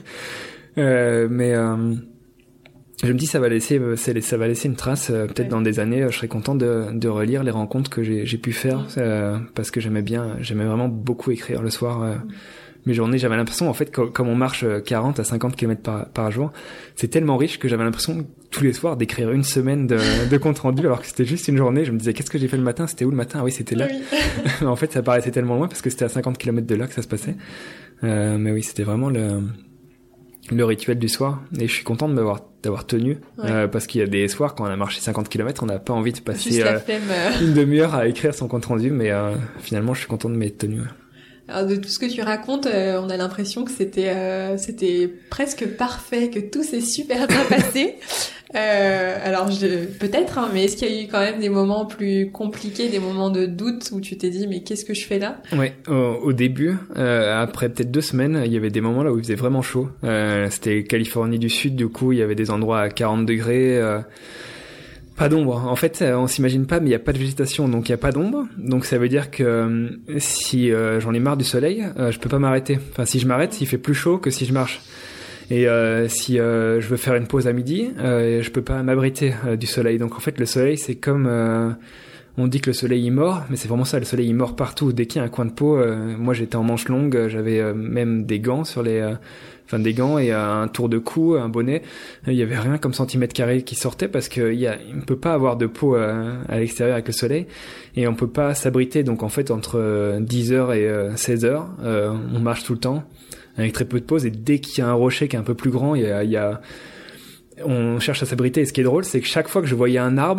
euh, mais euh, je me dis ça va laisser, ça va laisser une trace. Euh, peut-être ouais. dans des années, je serais content de de relire les rencontres que j'ai j'ai pu faire mmh. euh, parce que j'aimais bien, j'aimais vraiment beaucoup écrire le soir. Euh, mmh. Mes journées, j'avais l'impression, en fait, comme on marche quarante à cinquante kilomètres par, par jour, c'est tellement riche que j'avais l'impression, tous les soirs, d'écrire une semaine de, de compte rendu, alors que c'était juste une journée. Je me disais, qu'est-ce que j'ai fait le matin? C'était où le matin? Ah oui, c'était là. Oui. En fait, ça paraissait tellement loin parce que c'était à cinquante kilomètres de là que ça se passait. Euh, mais oui, c'était vraiment le, le rituel du soir. Et je suis content de m'avoir, d'avoir tenu, ouais. euh, parce qu'il y a des soirs, quand on a marché cinquante kilomètres, on n'a pas envie de passer euh, une demi-heure à écrire son compte rendu, mais euh, finalement, je suis content de m'être tenu. Alors de tout ce que tu racontes, euh, on a l'impression que c'était euh, c'était presque parfait, que tout s'est super bien passé. Euh, alors je, peut-être, hein, mais est-ce qu'il y a eu quand même des moments plus compliqués, des moments de doute où tu t'es dit mais qu'est-ce que je fais là? Ouais, au, au début, euh, après peut-être deux semaines, il y avait des moments là où il faisait vraiment chaud. Euh, c'était Californie du Sud, du coup il y avait des endroits à quarante degrés. Euh, Pas d'ombre. En fait, on s'imagine pas, mais il y a pas de végétation, donc il y a pas d'ombre. Donc ça veut dire que euh, si euh, j'en ai marre du soleil, euh, je peux pas m'arrêter. Enfin, si je m'arrête, il fait plus chaud que si je marche. Et euh, si euh, je veux faire une pause à midi, euh, je peux pas m'abriter euh, du soleil. Donc en fait, le soleil, c'est comme euh, on dit que le soleil il mord, mais c'est vraiment ça. Le soleil il mord partout. Dès qu'il y a un coin de peau, euh, moi j'étais en manche longue, j'avais euh, même des gants sur les. Euh, Enfin des gants et un tour de cou, un bonnet. Il y avait rien comme centimètre carré qui sortait parce que il y a, on peut pas avoir de peau à, à l'extérieur avec le soleil et on peut pas s'abriter. Donc en fait entre dix heures et seize heures, euh, on marche tout le temps avec très peu de pause et dès qu'il y a un rocher qui est un peu plus grand, il y a, il y a on cherche à s'abriter. Et ce qui est drôle, c'est que chaque fois que je voyais un arbre,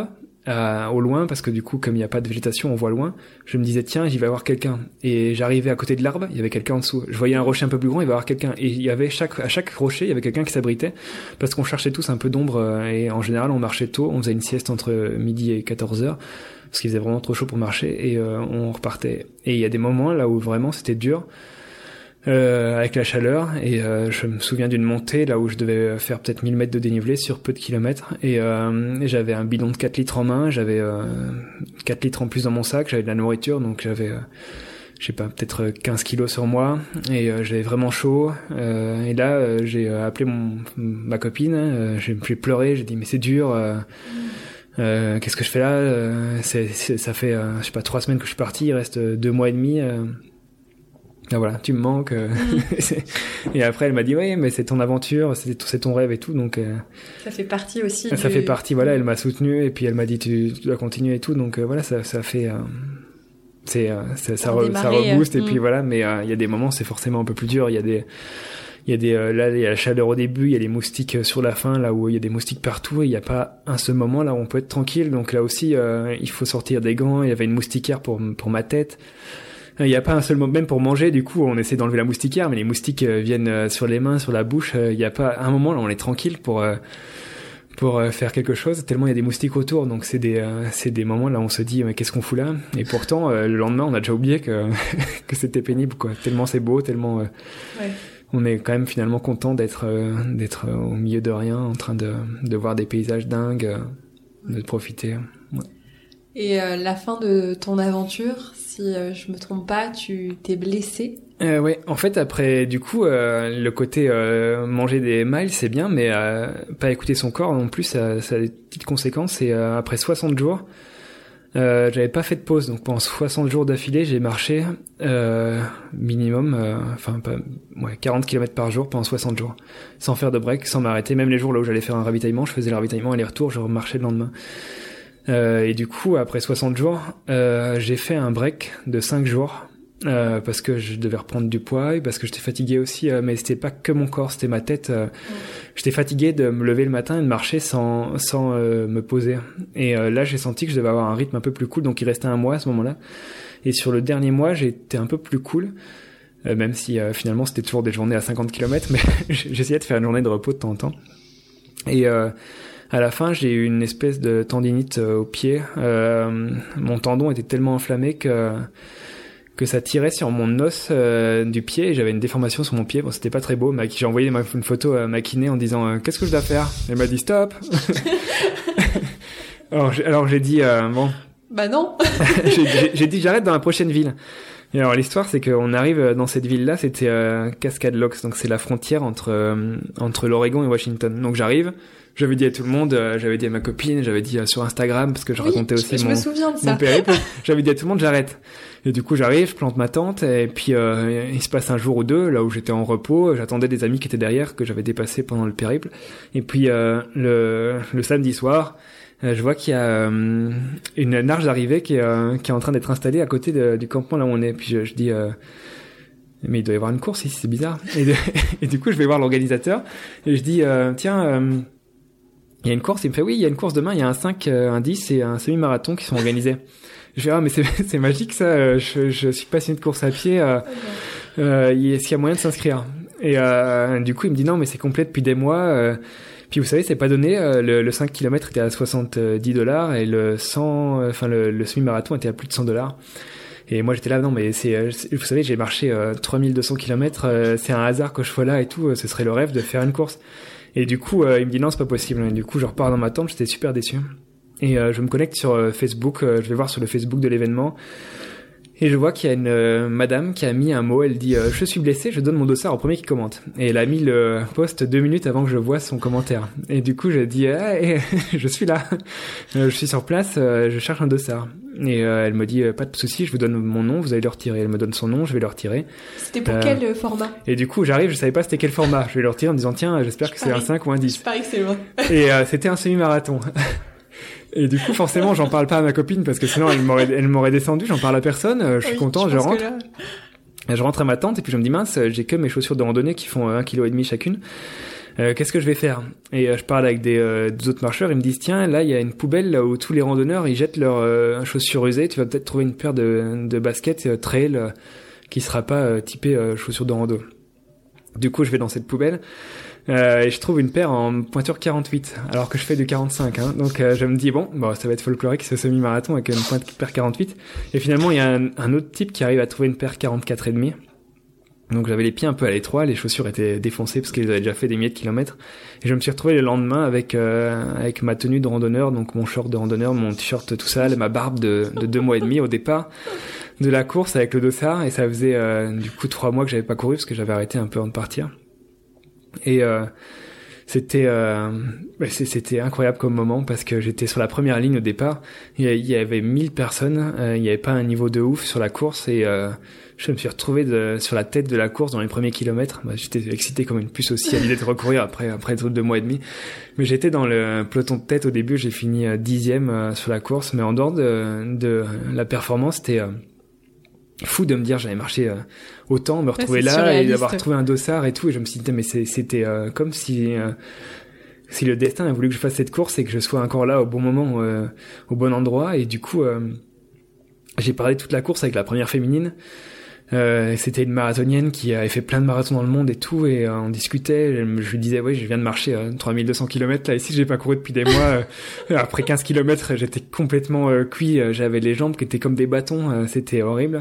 à, au loin, parce que du coup, comme il n'y a pas de végétation, on voit loin. Je me disais, tiens, j'y vais avoir quelqu'un. Et j'arrivais à côté de l'arbre, il y avait quelqu'un en dessous. Je voyais un rocher un peu plus grand, il va y avoir quelqu'un. Et il y avait chaque, à chaque rocher, il y avait quelqu'un qui s'abritait, parce qu'on cherchait tous un peu d'ombre. Et en général, on marchait tôt, on faisait une sieste entre midi et quatorze heures, parce qu'il faisait vraiment trop chaud pour marcher, et euh, on repartait. Et il y a des moments là où vraiment c'était dur. Euh, avec la chaleur, et euh, je me souviens d'une montée là où je devais faire peut-être mille mètres de dénivelé sur peu de kilomètres, et, euh, et j'avais un bidon de quatre litres en main, j'avais euh, quatre litres en plus dans mon sac, j'avais de la nourriture, donc j'avais euh, je sais pas, peut-être quinze kilos sur moi, et euh, j'avais vraiment chaud, euh, et là euh, j'ai appelé mon, ma copine, euh, j'ai, j'ai pleuré, j'ai dit mais c'est dur, euh, euh, qu'est-ce que je fais là, euh, c'est, c'est, ça fait euh, je sais pas trois semaines que je suis parti, il reste deux mois et demi, euh, ah voilà, tu me manques. Euh, et après, elle m'a dit, oui, mais c'est ton aventure, c'est, c'est ton rêve et tout, donc. Euh, ça fait partie aussi. Ça du... fait partie, voilà. Elle m'a soutenu et puis elle m'a dit, tu, tu dois continuer et tout, donc euh, voilà, ça, ça fait, euh, c'est, euh, ça, ça, re, ça rebooste euh, et puis mm. voilà. Mais il euh, y a des moments, c'est forcément un peu plus dur. Il y a des, il y a des, euh, là, il y a la chaleur au début, il y a les moustiques sur la fin, là où il y a des moustiques partout. Et il y a pas un seul moment là où on peut être tranquille. Donc là aussi, euh, il faut sortir des gants. Il y avait une moustiquaire pour pour ma tête. Il n'y a pas un seul moment, même pour manger, du coup, on essaie d'enlever la moustiquaire, mais les moustiques euh, viennent euh, sur les mains, sur la bouche. Il euh, n'y a pas un moment là, on est tranquille pour euh, pour euh, faire quelque chose. Tellement il y a des moustiques autour, donc c'est des euh, c'est des moments là où on se dit mais qu'est-ce qu'on fout là. Et pourtant, euh, le lendemain, on a déjà oublié que que c'était pénible, quoi. Tellement c'est beau, tellement euh, ouais. On est quand même finalement content d'être euh, d'être au milieu de rien, en train de de voir des paysages dingues, euh, de profiter. Ouais. Et euh, la fin de ton aventure, si euh, je me trompe pas, tu t'es blessé. Euh, ouais, en fait après du coup euh, le côté euh, manger des miles c'est bien, mais euh, pas écouter son corps non plus, ça, ça a des petites conséquences. Et euh, après soixante jours, euh, j'avais pas fait de pause, donc pendant soixante jours d'affilée, j'ai marché euh, minimum, euh, enfin pas, ouais, quarante kilomètres par jour pendant soixante jours, sans faire de break, sans m'arrêter. Même les jours là où j'allais faire un ravitaillement, je faisais le ravitaillement aller-retour, je remarchais le lendemain. Euh, et du coup, après soixante jours, euh, j'ai fait un break de cinq jours euh, parce que je devais reprendre du poids et parce que j'étais fatigué aussi. Euh, mais c'était pas que mon corps, c'était ma tête. Euh, mmh. J'étais fatigué de me lever le matin et de marcher sans sans euh, me poser. Et euh, là, j'ai senti que je devais avoir un rythme un peu plus cool. Donc, il restait un mois à ce moment-là. Et sur le dernier mois, j'étais un peu plus cool. Euh, même si euh, finalement, c'était toujours des journées à cinquante kilomètres. Mais j'essayais de faire une journée de repos de temps en temps. Et euh, à la fin, j'ai eu une espèce de tendinite euh, au pied. Euh, mon tendon était tellement enflammé que que ça tirait sur mon os euh, du pied et j'avais une déformation sur mon pied. Bon, c'était pas très beau. Mais j'ai envoyé une photo à ma kiné en disant euh, qu'est-ce que je dois faire. Elle m'a dit stop. alors, j'ai, alors j'ai dit euh, bon. Bah non. j'ai, j'ai, j'ai dit j'arrête dans la prochaine ville. Et alors l'histoire c'est qu'on arrive dans cette ville-là, c'était euh, Cascade Locks, donc c'est la frontière entre euh, entre l'Oregon et Washington. Donc j'arrive. J'avais dit à tout le monde, euh, j'avais dit à ma copine, j'avais dit euh, sur Instagram, parce que je oui, racontais aussi je, mon, je me souviens de ça. mon périple. J'avais dit à tout le monde, j'arrête. Et du coup, j'arrive, je plante ma tente, et puis euh, il se passe un jour ou deux, là où j'étais en repos, j'attendais des amis qui étaient derrière, que j'avais dépassé pendant le périple. Et puis euh, le, le samedi soir, euh, je vois qu'il y a euh, une narge d'arrivée qui est, euh, qui est en train d'être installée à côté de, du campement là où on est. Puis je, je dis... Euh, mais il doit y avoir une course ici, c'est bizarre. Et, de, et du coup, je vais voir l'organisateur, et je dis, euh, tiens... Euh, il y a une course, il me fait oui, il y a une course demain, il y a un cinq, un dix et un semi-marathon qui sont organisés. Je fais ah mais c'est c'est magique ça, je je suis passionné de course à pied, euh, euh, est-ce qu'il y a moyen de s'inscrire? Et euh, du coup il me dit non mais c'est complet depuis des mois. Euh, puis vous savez c'est pas donné, euh, le, le cinq kilomètres était à soixante-dix dollars et le cent, euh, enfin le, le semi-marathon était à plus de cent dollars. Et moi j'étais là non mais c'est, vous savez j'ai marché euh, trois mille deux cents kilomètres, euh, c'est un hasard que je sois là et tout, euh, ce serait le rêve de faire une course. Et du coup, euh, il me dit non, c'est pas possible. Et du coup, je repars dans ma tente, j'étais super déçu. Et euh, je me connecte sur euh, Facebook, euh, je vais voir sur le Facebook de l'événement. Et je vois qu'il y a une euh, madame qui a mis un mot, elle dit euh, « Je suis blessée, je donne mon dossard au premier qui commente ». Et elle a mis le post deux minutes avant que je voie son commentaire. Et du coup, j'ai dit ah, eh, « Je suis là, je suis sur place, euh, je cherche un dossard ». Et euh, elle me dit « Pas de souci, je vous donne mon nom, vous allez le retirer ». Elle me donne son nom, je vais le retirer. C'était pour euh, quel format? Et du coup, j'arrive, je savais pas c'était quel format. Je vais le retirer en disant « Tiens, j'espère je que parie. C'est un cinq ou un dix ». Je parie que c'est loin. Et euh, c'était un semi-marathon. Et du coup, forcément, j'en parle pas à ma copine parce que sinon elle m'aurait, elle m'aurait descendu. J'en parle à personne. Je suis oui, content, je, je rentre. Là... Je rentre à ma tente et puis je me dis mince, j'ai que mes chaussures de randonnée qui font un kilo et demi chacune. Euh, qu'est-ce que je vais faire? Et euh, je parle avec des, euh, des autres marcheurs, ils me disent tiens, là il y a une poubelle là où tous les randonneurs ils jettent leurs euh, chaussures usées, tu vas peut-être trouver une paire de, de baskets euh, trail euh, qui sera pas euh, typée euh, chaussures de rando. Du coup je vais dans cette poubelle euh, et je trouve une paire en pointure quarante-huit alors que je fais du quarante-cinq, hein. Donc euh, je me dis bon, bon ça va être folklorique ce semi-marathon avec une pointe paire quarante-huit, et finalement il y a un, un autre type qui arrive à trouver une paire quarante-quatre et demi. Donc j'avais les pieds un peu à l'étroit, les chaussures étaient défoncées parce qu'ils avaient déjà fait des milliers de kilomètres. Et je me suis retrouvé le lendemain avec euh, avec ma tenue de randonneur, donc mon short de randonneur, mon t-shirt tout sale, ma barbe de, de deux mois et demi au départ de la course avec le dossard. Et ça faisait euh, du coup trois mois que j'avais pas couru parce que j'avais arrêté un peu avant de partir. Et euh, c'était euh, c'était incroyable comme moment parce que j'étais sur la première ligne au départ. Il y avait mille personnes, euh, il n'y avait pas un niveau de ouf sur la course et euh, je me suis retrouvé de, sur la tête de la course dans les premiers kilomètres. Bah, j'étais excité comme une puce aussi à l'idée de recourir après après deux mois et demi. Mais j'étais dans le peloton de tête au début. J'ai fini euh, dixième euh, sur la course. Mais en dehors de, de la performance, c'était euh, fou de me dire j'avais marché euh, autant, me retrouver ouais, là et d'avoir trouvé un dossard et tout. Et je me suis dit mais c'est, c'était euh, comme si euh, si le destin a voulu que je fasse cette course et que je sois encore là au bon moment, euh, au bon endroit. Et du coup, euh, j'ai parlé toute la course avec la première féminine. Euh, c'était une marathonienne qui avait fait plein de marathons dans le monde et tout, et euh, on discutait. Je lui disais oui, je viens de marcher euh, trois mille deux cents kilomètres là ici, j'ai pas couru depuis des mois. Euh, après quinze kilomètres, j'étais complètement euh, cuit, j'avais les jambes qui étaient comme des bâtons, euh, c'était horrible.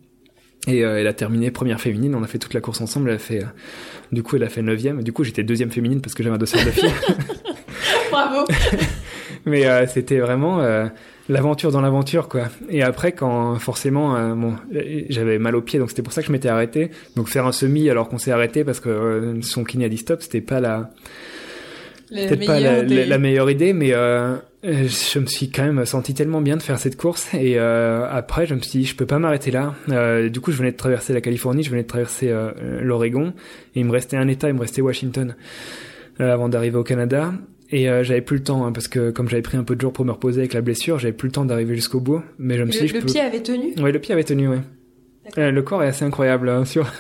Et euh, elle a terminé première féminine, on a fait toute la course ensemble. Elle a fait, euh, du coup, elle a fait neuvième. Du coup, j'étais deuxième féminine parce que j'avais un dossard de fille. Bravo. Mais euh, c'était vraiment euh, l'aventure dans l'aventure, quoi. Et après, quand forcément, euh, bon, j'avais mal aux pieds, donc c'était pour ça que je m'étais arrêté. Donc faire un semi alors qu'on s'est arrêté parce que euh, son kiné a dit stop, c'était pas la, la peut-être pas la, des... la, la meilleure idée, mais euh, je me suis quand même senti tellement bien de faire cette course. Et euh, après, je me suis dit, je peux pas m'arrêter là. Euh, du coup, je venais de traverser la Californie, je venais de traverser euh, l'Oregon, et il me restait un État, il me restait Washington euh, avant d'arriver au Canada. Et euh, j'avais plus le temps, hein, parce que comme j'avais pris un peu de jours pour me reposer avec la blessure, j'avais plus le temps d'arriver jusqu'au bout. Mais je me suis le, dit, je le peux... pied avait tenu. Ouais, le pied avait tenu, ouais. Euh, le corps est assez incroyable, hein, sur.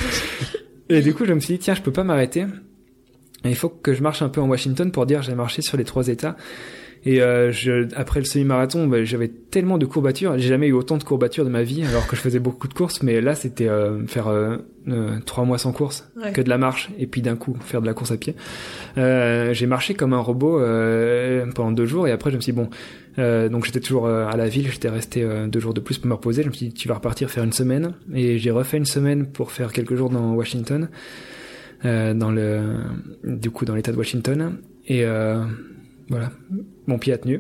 Et du coup, je me suis dit, tiens, je peux pas m'arrêter. Et il faut que je marche un peu en Washington pour dire j'ai marché sur les trois États. Et euh, je, après le semi-marathon, bah, j'avais tellement de courbatures. J'ai jamais eu autant de courbatures de ma vie, alors que je faisais beaucoup de courses. Mais là, c'était euh, faire euh, euh, trois mois sans course, ouais. Que de la marche, et puis d'un coup faire de la course à pied. Euh, j'ai marché comme un robot euh, pendant deux jours, et après je me suis dit, bon, euh, donc j'étais toujours euh, à la ville. J'étais resté euh, deux jours de plus pour me reposer. Je me suis dit, tu vas repartir faire une semaine, et j'ai refait une semaine pour faire quelques jours dans Washington, euh, dans le, du coup dans l'État de Washington, et euh, voilà. Mon pied a tenu.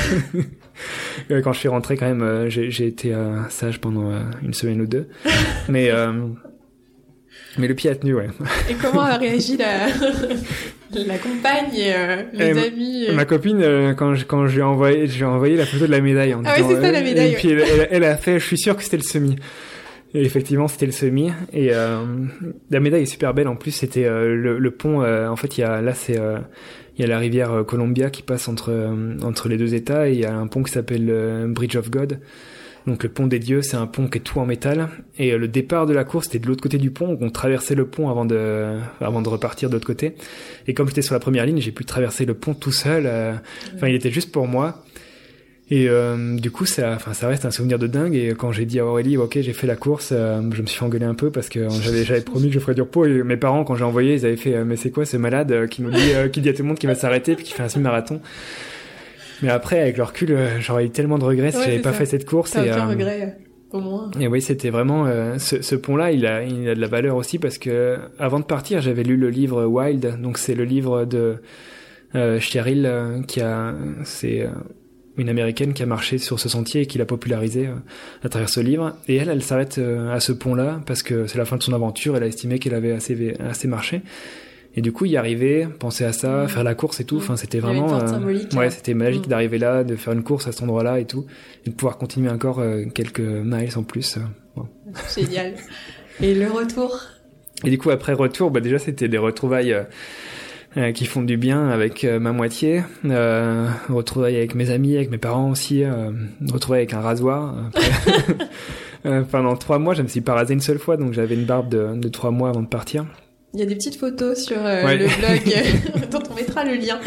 Quand je suis rentré, quand même, j'ai, j'ai été euh, sage pendant euh, une semaine ou deux. Mais, euh, mais le pied a tenu, ouais. Et comment a réagi la, la compagne et euh, les et amis et... Ma copine, euh, quand je, quand je lui ai envoyé, je lui ai envoyé la photo de la médaille. En ah disant, ouais, c'est ça, euh, la médaille. Et puis elle, elle, elle a fait, je suis sûr que c'était le semi. Et effectivement, c'était le semi. Et euh, la médaille est super belle. En plus, c'était euh, le, le pont. Euh, en fait, il y a là, c'est euh, il y a la rivière Columbia qui passe entre euh, entre les deux États. Et il y a un pont qui s'appelle le Bridge of God. Donc le pont des dieux, c'est un pont qui est tout en métal. Et euh, le départ de la course, c'était de l'autre côté du pont. Donc on traversait le pont avant de avant de repartir de l'autre côté. Et comme j'étais sur la première ligne, j'ai pu traverser le pont tout seul. Euh, enfin, il était juste pour moi. Et euh, du coup, ça, enfin, ça reste un souvenir de dingue. Et quand j'ai dit à Aurélie, ok, j'ai fait la course, euh, je me suis fait engueuler un peu parce que j'avais, j'avais promis que je ferais du repos. Et mes parents, quand j'ai envoyé, ils avaient fait, mais c'est quoi ce malade euh, qui nous dit, euh, qui dit à tout le monde qu'il va s'arrêter puis qui fait un semi-marathon. Mais après, avec le recul, euh, j'aurais eu tellement de regrets si ouais, j'avais pas ça. fait cette course. T'as et, aucun euh, regret, au moins. Et oui, c'était vraiment euh, ce, ce pont-là, il a, il a de la valeur aussi parce que avant de partir, j'avais lu le livre Wild. Donc c'est le livre de euh, Cheryl euh, qui a, c'est euh, une américaine qui a marché sur ce sentier et qui l'a popularisé euh, à travers ce livre. Et elle, elle s'arrête euh, à ce pont-là parce que c'est la fin de son aventure. Elle a estimé qu'elle avait assez, assez marché. Et du coup, y arriver, penser à ça, mmh. faire la course et tout. Enfin, c'était vraiment, euh, symbolique, ouais, hein. C'était magique mmh. d'arriver là, de faire une course à cet endroit-là et tout, et de pouvoir continuer encore euh, quelques miles en plus. Euh, bon. Génial. Et le retour. Et du coup, après retour, bah déjà, c'était des retrouvailles. Euh, Euh, qui font du bien avec euh, ma moitié, euh, retrouvailles avec mes amis, avec mes parents aussi, euh, retrouvailles avec un rasoir. euh, pendant trois mois, je me suis pas rasé une seule fois, donc j'avais une barbe de, de trois mois avant de partir. Il y a des petites photos sur euh, ouais. le blog dont on mettra le lien.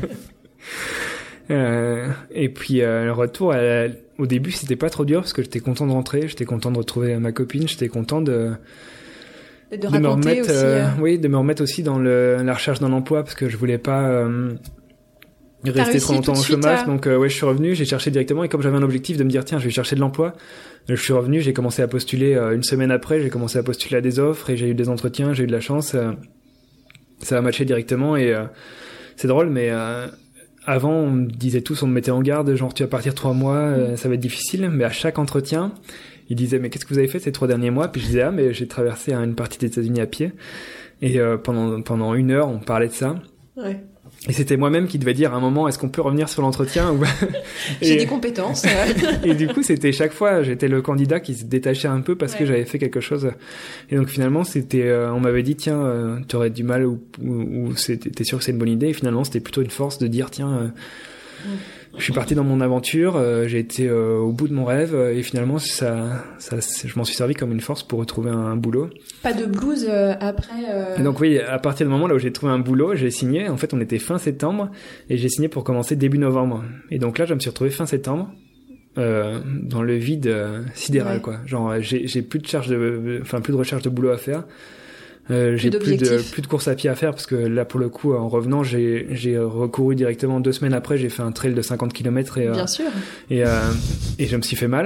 euh, et puis euh, le retour, elle, au début, c'était pas trop dur parce que j'étais content de rentrer, j'étais content de retrouver ma copine, j'étais content de de, de me remettre, aussi, euh, euh... oui, de me remettre aussi dans le, la recherche d'un emploi parce que je voulais pas euh, rester trop longtemps au chômage. À... Donc euh, ouais, je suis revenu, j'ai cherché directement et comme j'avais un objectif de me dire tiens, je vais chercher de l'emploi, je suis revenu, j'ai commencé à postuler euh, une semaine après, j'ai commencé à postuler à des offres et j'ai eu des entretiens, j'ai eu de la chance, euh, ça a matché directement et euh, c'est drôle, mais euh, avant on me disait tous, on me mettait en garde, genre tu vas partir trois mois, euh, ça va être difficile, mais à chaque entretien ils disaient mais qu'est-ce que vous avez fait ces trois derniers mois? Puis je disais ah mais j'ai traversé hein, une partie des États-Unis à pied et euh, pendant pendant une heure on parlait de ça. Ouais. Et c'était moi-même qui devais dire à un moment est-ce qu'on peut revenir sur l'entretien ou... J'ai et... des compétences. Et du coup c'était chaque fois j'étais le candidat qui se détachait un peu parce ouais. que j'avais fait quelque chose. Et donc finalement c'était euh, on m'avait dit tiens euh, tu aurais du mal ou, ou, ou c'était t'es sûr que c'est une bonne idée et finalement c'était plutôt une force de dire tiens euh, mm. Je suis parti dans mon aventure, euh, j'ai été euh, au bout de mon rêve euh, et finalement ça, ça, je m'en suis servi comme une force pour retrouver un, un boulot. Pas de blues euh, après. Euh... Et donc oui, à partir du moment là où j'ai trouvé un boulot, j'ai signé. En fait, on était fin septembre et j'ai signé pour commencer début novembre. Et donc là, je me suis retrouvé fin septembre euh, dans le vide euh, sidéral ouais. quoi. Genre j'ai, j'ai plus de charge de, enfin plus de recherche de boulot à faire. Euh, j'ai plus de plus de course à pied à faire parce que là pour le coup en revenant j'ai j'ai recouru directement deux semaines après j'ai fait un trail de cinquante kilomètres et bien euh, sûr et euh, et je me suis fait mal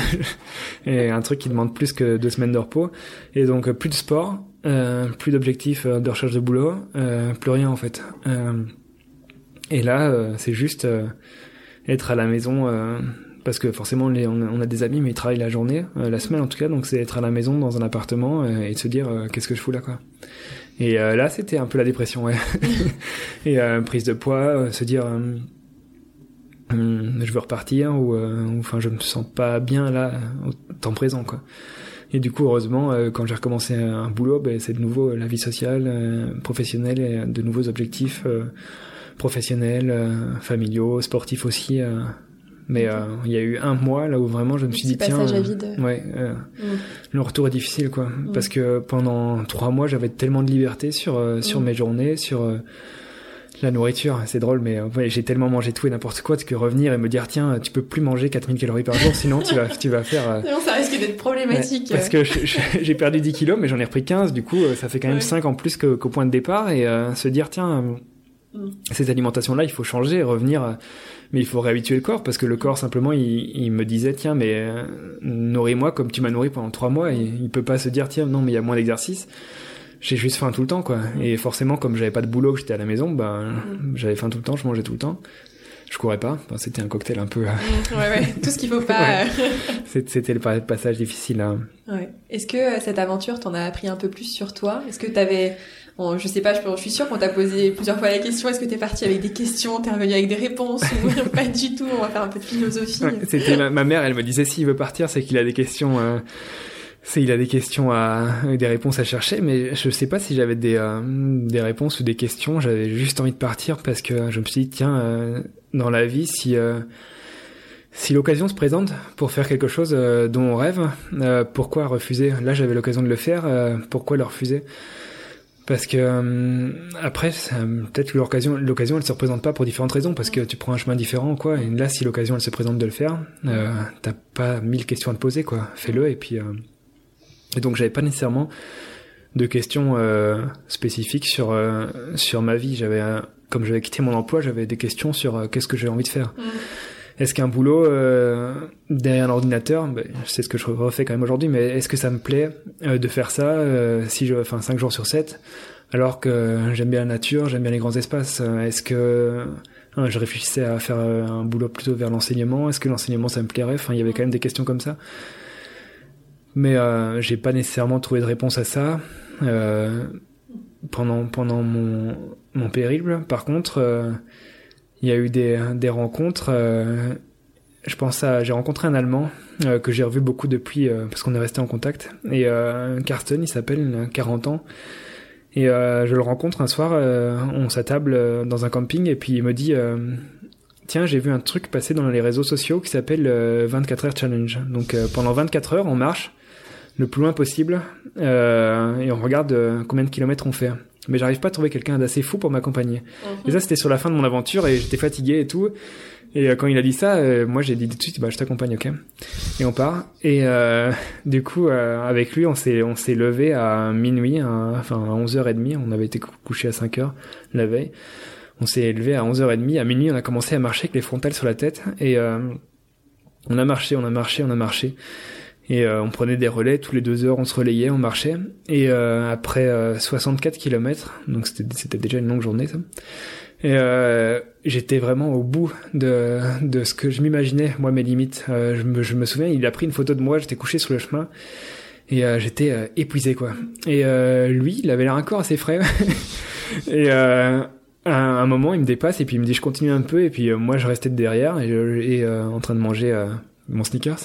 et un truc qui demande plus que deux semaines de repos et donc plus de sport euh, plus d'objectifs de recherche de boulot euh, plus rien en fait euh, et là euh, c'est juste euh, être à la maison euh, parce que forcément les, on, a, on a des amis mais ils travaillent la journée, euh, la semaine en tout cas, donc c'est être à la maison dans un appartement euh, et de se dire euh, qu'est-ce que je fous là quoi. Et euh, là c'était un peu la dépression ouais. Et euh, prise de poids, euh, se dire euh, hum, je veux repartir ou enfin euh, je me sens pas bien là au temps présent quoi. Et du coup heureusement euh, quand j'ai recommencé un boulot, ben c'est de nouveau la vie sociale, euh, professionnelle et de nouveaux objectifs euh, professionnels, euh, familiaux, sportifs aussi. Euh, Mais okay. euh, il y a eu un mois là où vraiment je me suis dit tiens, passage à vide. ouais, euh, mm. le retour est difficile quoi, mm. parce que pendant trois mois j'avais tellement de liberté sur euh, sur mm. mes journées, sur euh, la nourriture. C'est drôle, mais euh, ouais, j'ai tellement mangé tout et n'importe quoi que revenir et me dire tiens, tu peux plus manger quatre mille calories par jour, sinon tu vas tu vas faire. Euh... Sinon ça risque d'être problématique. Ouais, parce que je, je, j'ai perdu dix kilos, mais j'en ai repris quinze. Du coup, euh, ça fait quand même ouais. cinq en plus que, qu'au point de départ et euh, se dire tiens. Euh, Mm. Cette alimentation-là, il faut changer, revenir, mais il faut réhabituer le corps parce que le corps simplement, il, il me disait tiens, mais euh, nourris-moi comme tu m'as nourri pendant trois mois. Et il peut pas se dire tiens, non, mais il y a moins d'exercice. J'ai juste faim tout le temps, quoi. Mm. Et forcément, comme j'avais pas de boulot, que j'étais à la maison, bah, mm. j'avais faim tout le temps, je mangeais tout le temps. Je courais pas. Enfin, c'était un cocktail un peu. Mm, ouais, ouais. Tout ce qu'il faut pas. Ouais. C'était le passage difficile. Hein. Ouais. Est-ce que cette aventure t'en a appris un peu plus sur toi? Est-ce que t'avais Bon, je sais pas, je, je suis sûre qu'on t'a posé plusieurs fois la question, est-ce que t'es parti avec des questions, t'es revenu avec des réponses ou pas du tout, on va faire un peu de philosophie. Ouais, c'était ma, ma mère, elle me disait s'il veut partir, c'est qu'il a des questions, euh, c'est il a des questions à, des réponses à chercher, mais je sais pas si j'avais des, euh, des réponses ou des questions, j'avais juste envie de partir parce que je me suis dit, tiens, euh, dans la vie, si, euh, si l'occasion se présente pour faire quelque chose euh, dont on rêve, euh, pourquoi refuser? Là, j'avais l'occasion de le faire, euh, pourquoi le refuser? Parce que euh, après, ça, peut-être que l'occasion, l'occasion, elle se représente pas pour différentes raisons, parce que tu prends un chemin différent, quoi. Et là, si l'occasion, elle se présente de le faire, euh, t'as pas mille questions à te poser, quoi. Fais-le et puis. Euh... Et donc, j'avais pas nécessairement de questions euh, spécifiques sur euh, sur ma vie. J'avais, euh, comme j'avais quitté mon emploi, j'avais des questions sur euh, qu'est-ce que j'ai envie de faire. Mmh. Est-ce qu'un boulot euh, derrière un ordinateur, ben, c'est ce que je refais quand même aujourd'hui, mais est-ce que ça me plaît euh, de faire ça euh, si je, enfin cinq jours sur sept, alors que j'aime bien la nature, j'aime bien les grands espaces. Est-ce que hein, je réfléchissais à faire un boulot plutôt vers l'enseignement? Est-ce que l'enseignement ça me plairait? Enfin, il y avait quand même des questions comme ça. Mais euh, j'ai pas nécessairement trouvé de réponse à ça euh, pendant pendant mon mon périple. Par contre. Euh, Il y a eu des, des rencontres. Euh, je pense à, j'ai rencontré un Allemand euh, que j'ai revu beaucoup depuis euh, parce qu'on est resté en contact. Et euh, Carsten, il s'appelle, il a quarante ans. Et euh, je le rencontre un soir. Euh, on s'attable euh, dans un camping et puis il me dit euh, tiens, j'ai vu un truc passer dans les réseaux sociaux qui s'appelle euh, vingt-quatre heures challenge. Donc euh, pendant vingt-quatre heures, on marche le plus loin possible, euh, et on regarde euh, combien de kilomètres on fait. Mais j'arrive pas à trouver quelqu'un d'assez fou pour m'accompagner. Mm-hmm. Et ça, c'était sur la fin de mon aventure, et j'étais fatigué et tout. Et euh, quand il a dit ça, euh, moi j'ai dit tout de suite, bah je t'accompagne, ok. Et on part. Et euh, du coup, euh, avec lui, on s'est on s'est levé à minuit, à, enfin à onze heures trente. On avait été couché à cinq heures la veille. On s'est levé à onze heures trente. À minuit, on a commencé à marcher avec les frontales sur la tête. Et euh, on a marché, on a marché, on a marché. Et euh, on prenait des relais, tous les deux heures on se relayait, on marchait. Et euh, après euh, soixante-quatre kilomètres, donc c'était, c'était déjà une longue journée ça, et euh, j'étais vraiment au bout de, de ce que je m'imaginais, moi mes limites. Euh, je, me, je me souviens, il a pris une photo de moi, j'étais couché sur le chemin, et euh, j'étais euh, épuisé quoi. Et euh, lui, il avait l'air encore assez frais. Et euh, à un moment, il me dépasse, et puis il me dit je continue un peu, et puis euh, moi je restais derrière, et, je, et euh, en train de manger euh, mon Snickers.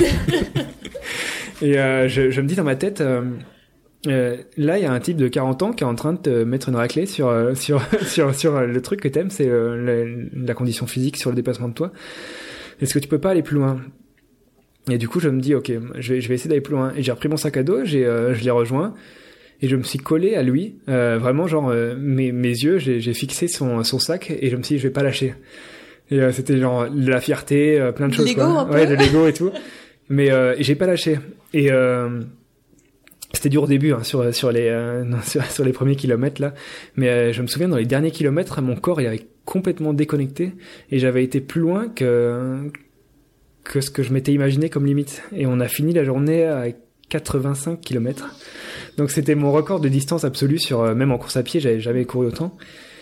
Et euh, je, je me dis dans ma tête, euh, euh, là il y a un type de quarante ans qui est en train de te mettre une raclée sur euh, sur sur sur le truc que t'aimes, c'est euh, la, la condition physique, sur le dépassement de toi. Est-ce que tu peux pas aller plus loin? Et du coup je me dis ok, je vais je vais essayer d'aller plus loin. Et j'ai repris mon sac à dos, j'ai euh, je l'ai rejoint. Et je me suis collé à lui, euh, vraiment genre euh, mes mes yeux, j'ai j'ai fixé son son sac, et je me suis dit je vais pas lâcher. Et euh, c'était genre de la fierté, euh, plein de choses Lego, quoi. Un peu. Ouais, de l'ego et tout. Mais euh, j'ai pas lâché. Et euh, c'était dur au début hein, sur sur les euh, non, sur, sur les premiers kilomètres là. Mais euh, je me souviens dans les derniers kilomètres, mon corps il avait complètement déconnecté, et j'avais été plus loin que que ce que je m'étais imaginé comme limite. Et on a fini la journée à quatre-vingt-cinq kilomètres. Donc c'était mon record de distance absolue sur euh, même en course à pied, j'avais jamais couru autant.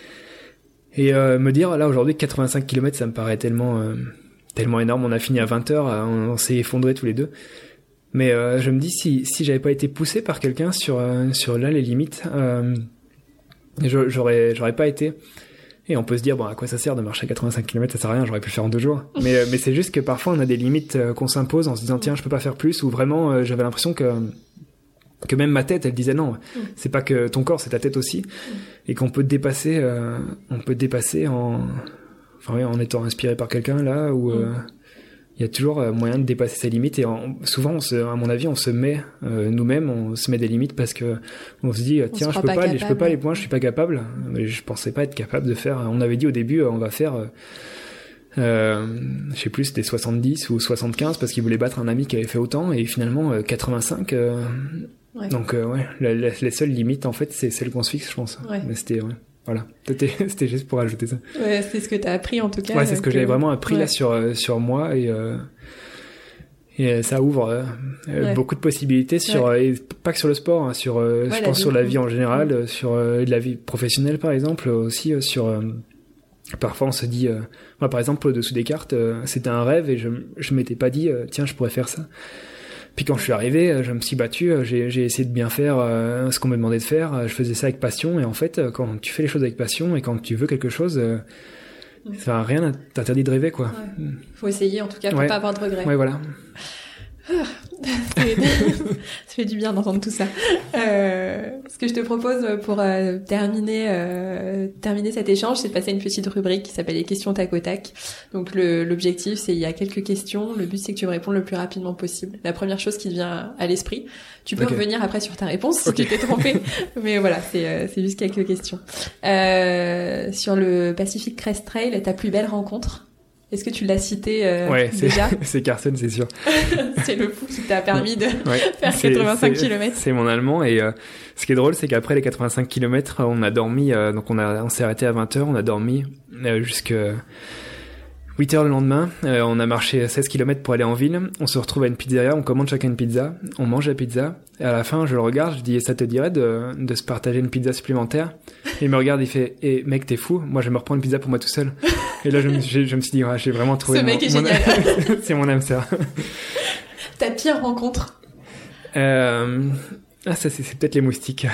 Et euh, me dire là aujourd'hui quatre-vingt-cinq kilomètres, ça me paraît tellement euh, tellement énorme. On a fini à vingt heures, on, on s'est effondrés tous les deux. Mais euh, je me dis si si j'avais pas été poussé par quelqu'un sur euh, sur là les limites, euh, j'aurais j'aurais pas été. Et on peut se dire bon à quoi ça sert de marcher à quatre-vingt-cinq kilomètres, ça sert à rien, j'aurais pu le faire en deux jours. Mais euh, mais c'est juste que parfois on a des limites euh, qu'on s'impose en se disant tiens je peux pas faire plus, ou vraiment euh, j'avais l'impression que que même ma tête elle disait non, mmh. c'est pas que ton corps, c'est ta tête aussi, mmh. et qu'on peut dépasser euh, on peut dépasser en enfin oui, en étant inspiré par quelqu'un là où il mmh. euh, y a toujours moyen de dépasser ses limites. Et en, souvent on se, à mon avis on se met euh, nous-mêmes on se met des limites parce que on se dit tiens je peux pas, pas aller, je peux pas aller plus loin, je suis pas capable. Mais je pensais pas être capable de faire, on avait dit au début on va faire euh, Euh, je sais plus, c'était soixante-dix ou soixante-quinze parce qu'il voulait battre un ami qui avait fait autant, et finalement euh, quatre-vingt-cinq. Euh, ouais. Donc euh, ouais, la, la, les seules limites en fait, c'est celle qu'on se fixe, je pense. Ouais. Mais c'était ouais, voilà, c'était c'était juste pour ajouter ça. Ouais, c'est ce que t'as appris en tout cas. Ouais, c'est ce que, que... j'avais vraiment appris ouais. là sur euh, sur moi, et euh, et ça ouvre euh, ouais. beaucoup de possibilités sur ouais. et pas que sur le sport, hein, sur euh, ouais, je pense vie, sur la vie en général, ouais. sur euh, la vie professionnelle par exemple, aussi euh, sur euh, parfois on se dit euh, moi par exemple au-dessous des cartes euh, c'était un rêve, et je je m'étais pas dit euh, tiens je pourrais faire ça. Puis quand je suis arrivé, euh, je me suis battu, euh, j'ai j'ai essayé de bien faire euh, ce qu'on me demandait de faire, euh, je faisais ça avec passion. Et en fait euh, quand tu fais les choses avec passion et quand tu veux quelque chose, euh, ouais. ça rien t'interdit de rêver quoi. Ouais. Faut essayer en tout cas pour ouais. pas avoir de regrets. Ouais voilà. ça fait du bien d'entendre tout ça. Euh, ce que je te propose pour euh, terminer euh, terminer cet échange, c'est de passer à une petite rubrique qui s'appelle les questions tac au tac. Donc le, l'objectif, c'est il y a quelques questions. Le but, c'est que tu me répondes le plus rapidement possible. La première chose qui te vient à l'esprit. Tu peux okay. revenir après sur ta réponse si okay. tu t'es trompé. Mais voilà, c'est euh, c'est juste quelques questions. Euh, sur le Pacific Crest Trail, ta plus belle rencontre? Est-ce que tu l'as cité euh, ouais, déjà? c'est, c'est Carsten, c'est sûr. C'est le fou qui t'a permis de ouais, faire quatre-vingt-cinq kilomètres. C'est mon allemand, et euh, ce qui est drôle, c'est qu'après les quatre-vingt-cinq kilomètres, on a dormi, euh, donc on a, on s'est arrêté à vingt heures, on a dormi euh, jusqu'à huit heures le lendemain. Euh, on a marché seize kilomètres pour aller en ville. On se retrouve à une pizzeria, on commande chacun une pizza, on mange la pizza. Et à la fin, je le regarde, je dis, ça te dirait de, de se partager une pizza supplémentaire? Et il me regarde, il fait, eh mec, t'es fou, moi je vais me reprendre une pizza pour moi tout seul. Et là, je me, je, je me suis dit, ouais, j'ai vraiment trouvé. Ce mon, mec est mon génial. C'est mon âme sœur. Ta pire rencontre? Euh... Ah, ça, c'est, c'est peut-être les moustiques.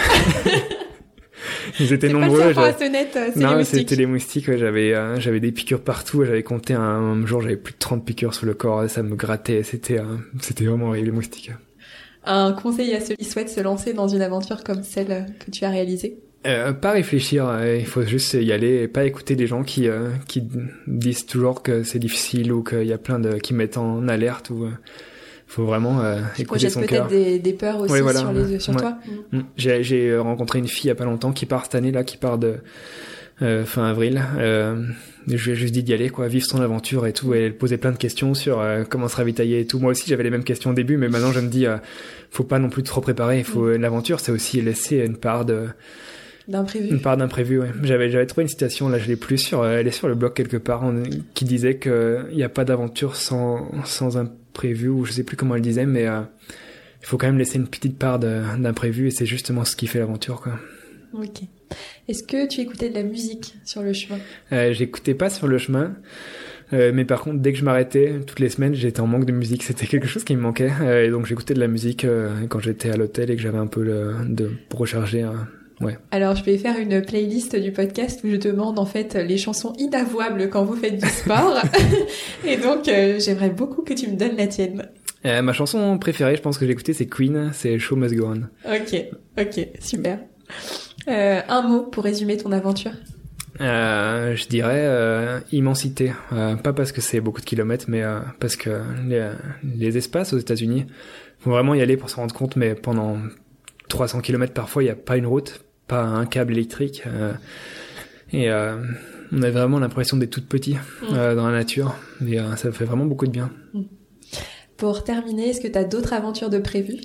Ils étaient c'est nombreux. Pas le serpent à sonnette, c'est non, les moustiques. C'était les moustiques. Ouais, j'avais, euh, j'avais des piqûres partout. J'avais compté un, un jour, j'avais plus de trente piqûres sur le corps. Ça me grattait. C'était, euh, c'était vraiment horrible, les moustiques. Un conseil à ceux qui souhaitent se lancer dans une aventure comme celle que tu as réalisée? Euh, pas réfléchir, euh, il faut juste y aller et pas écouter des gens qui euh, qui disent toujours que c'est difficile ou qu'il y a plein de qui mettent en alerte. Ou euh, faut vraiment euh, écouter son cœur. Peut-être des, des peurs aussi, oui, voilà. sur, les, sur ouais. toi. Mmh. J'ai, j'ai rencontré une fille il y a pas longtemps qui part cette année là, qui part de euh, fin avril. Euh, je lui ai juste dit d'y aller, quoi, vivre son aventure et tout. Et elle posait plein de questions sur euh, comment se ravitailler et tout. Moi aussi, j'avais les mêmes questions au début, mais maintenant je me dis, euh, faut pas non plus trop préparer. Il faut mmh. l'aventure, c'est aussi laisser une part de d'imprévu. Une part d'imprévu, ouais. J'avais, j'avais trouvé une citation, là je l'ai plus sur, elle est sur le blog quelque part, on, qui disait que il y a pas d'aventure sans sans imprévu, ou je sais plus comment elle disait, mais euh, il faut quand même laisser une petite part de, d'imprévu, et c'est justement ce qui fait l'aventure, quoi. Ok. Est-ce que tu écoutais de la musique sur le chemin? euh, J'écoutais pas sur le chemin. Euh, mais par contre, dès que je m'arrêtais, toutes les semaines, j'étais en manque de musique. C'était quelque chose qui me manquait. Euh, et donc, j'écoutais de la musique euh, quand j'étais à l'hôtel et que j'avais un peu le, de, pour recharger. Euh, ouais. Alors, je vais faire une playlist du podcast où je demande en fait les chansons inavouables quand vous faites du sport. Et donc, euh, j'aimerais beaucoup que tu me donnes la tienne. Euh, ma chanson préférée, je pense que j'ai écoutée, c'est Queen. C'est Show Must Go On. Ok, ok, super. Euh, un mot pour résumer ton aventure? Euh, je dirais euh, immensité. Euh, pas parce que c'est beaucoup de kilomètres, mais euh, parce que les, les espaces aux États-Unis, faut vraiment y aller pour se rendre compte. Mais pendant trois cents kilomètres parfois, il y a pas une route, pas un câble électrique, euh, et euh, on a vraiment l'impression d'être tout petit euh, dans la nature. Et euh, ça fait vraiment beaucoup de bien. Pour terminer, est-ce que tu as d'autres aventures de prévues?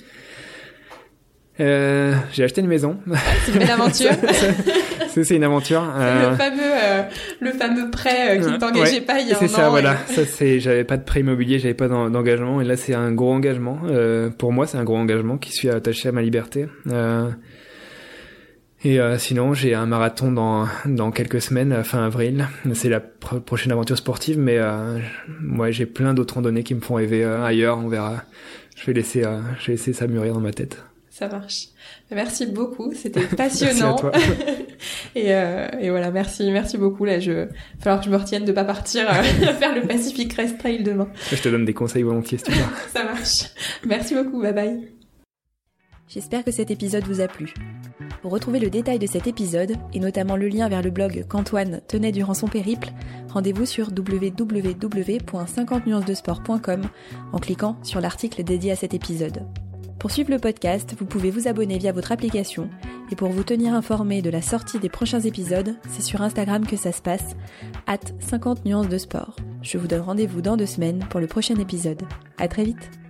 Euh, j'ai acheté une maison. C'est une belle aventure. c'est, c'est une aventure. Euh... Le fameux, euh, le fameux prêt euh, qui ne t'engageait ouais, pas il y a un an. C'est ça, et... voilà. Ça, c'est, j'avais pas de prêt immobilier, j'avais pas d'engagement, et là, c'est un gros engagement. Euh, pour moi, c'est un gros engagement qui suis attaché à ma liberté. Euh, et euh, sinon, j'ai un marathon dans dans quelques semaines, fin avril. C'est la pr- prochaine aventure sportive, mais euh, moi, j'ai plein d'autres randonnées qui me font rêver euh, ailleurs. On verra. Je vais laisser, euh, je vais laisser ça mûrir dans ma tête. Ça marche. Merci beaucoup, c'était passionnant. Merci à toi. et, euh, et voilà, merci, merci beaucoup. Là, je, il va falloir que je me retienne de pas partir euh, faire le Pacific Crest Trail demain. Je te donne des conseils volontiers, si tu veux. Ça marche. Merci beaucoup, bye bye. J'espère que cet épisode vous a plu. Pour retrouver le détail de cet épisode, et notamment le lien vers le blog qu'Antoine tenait durant son périple, rendez-vous sur w w w point cinquante nuances de sport point com en cliquant sur l'article dédié à cet épisode. Pour suivre le podcast, vous pouvez vous abonner via votre application, et pour vous tenir informé de la sortie des prochains épisodes, c'est sur Instagram que ça se passe, arobase cinquante nuances de sport. Je vous donne rendez-vous dans deux semaines pour le prochain épisode. À très vite!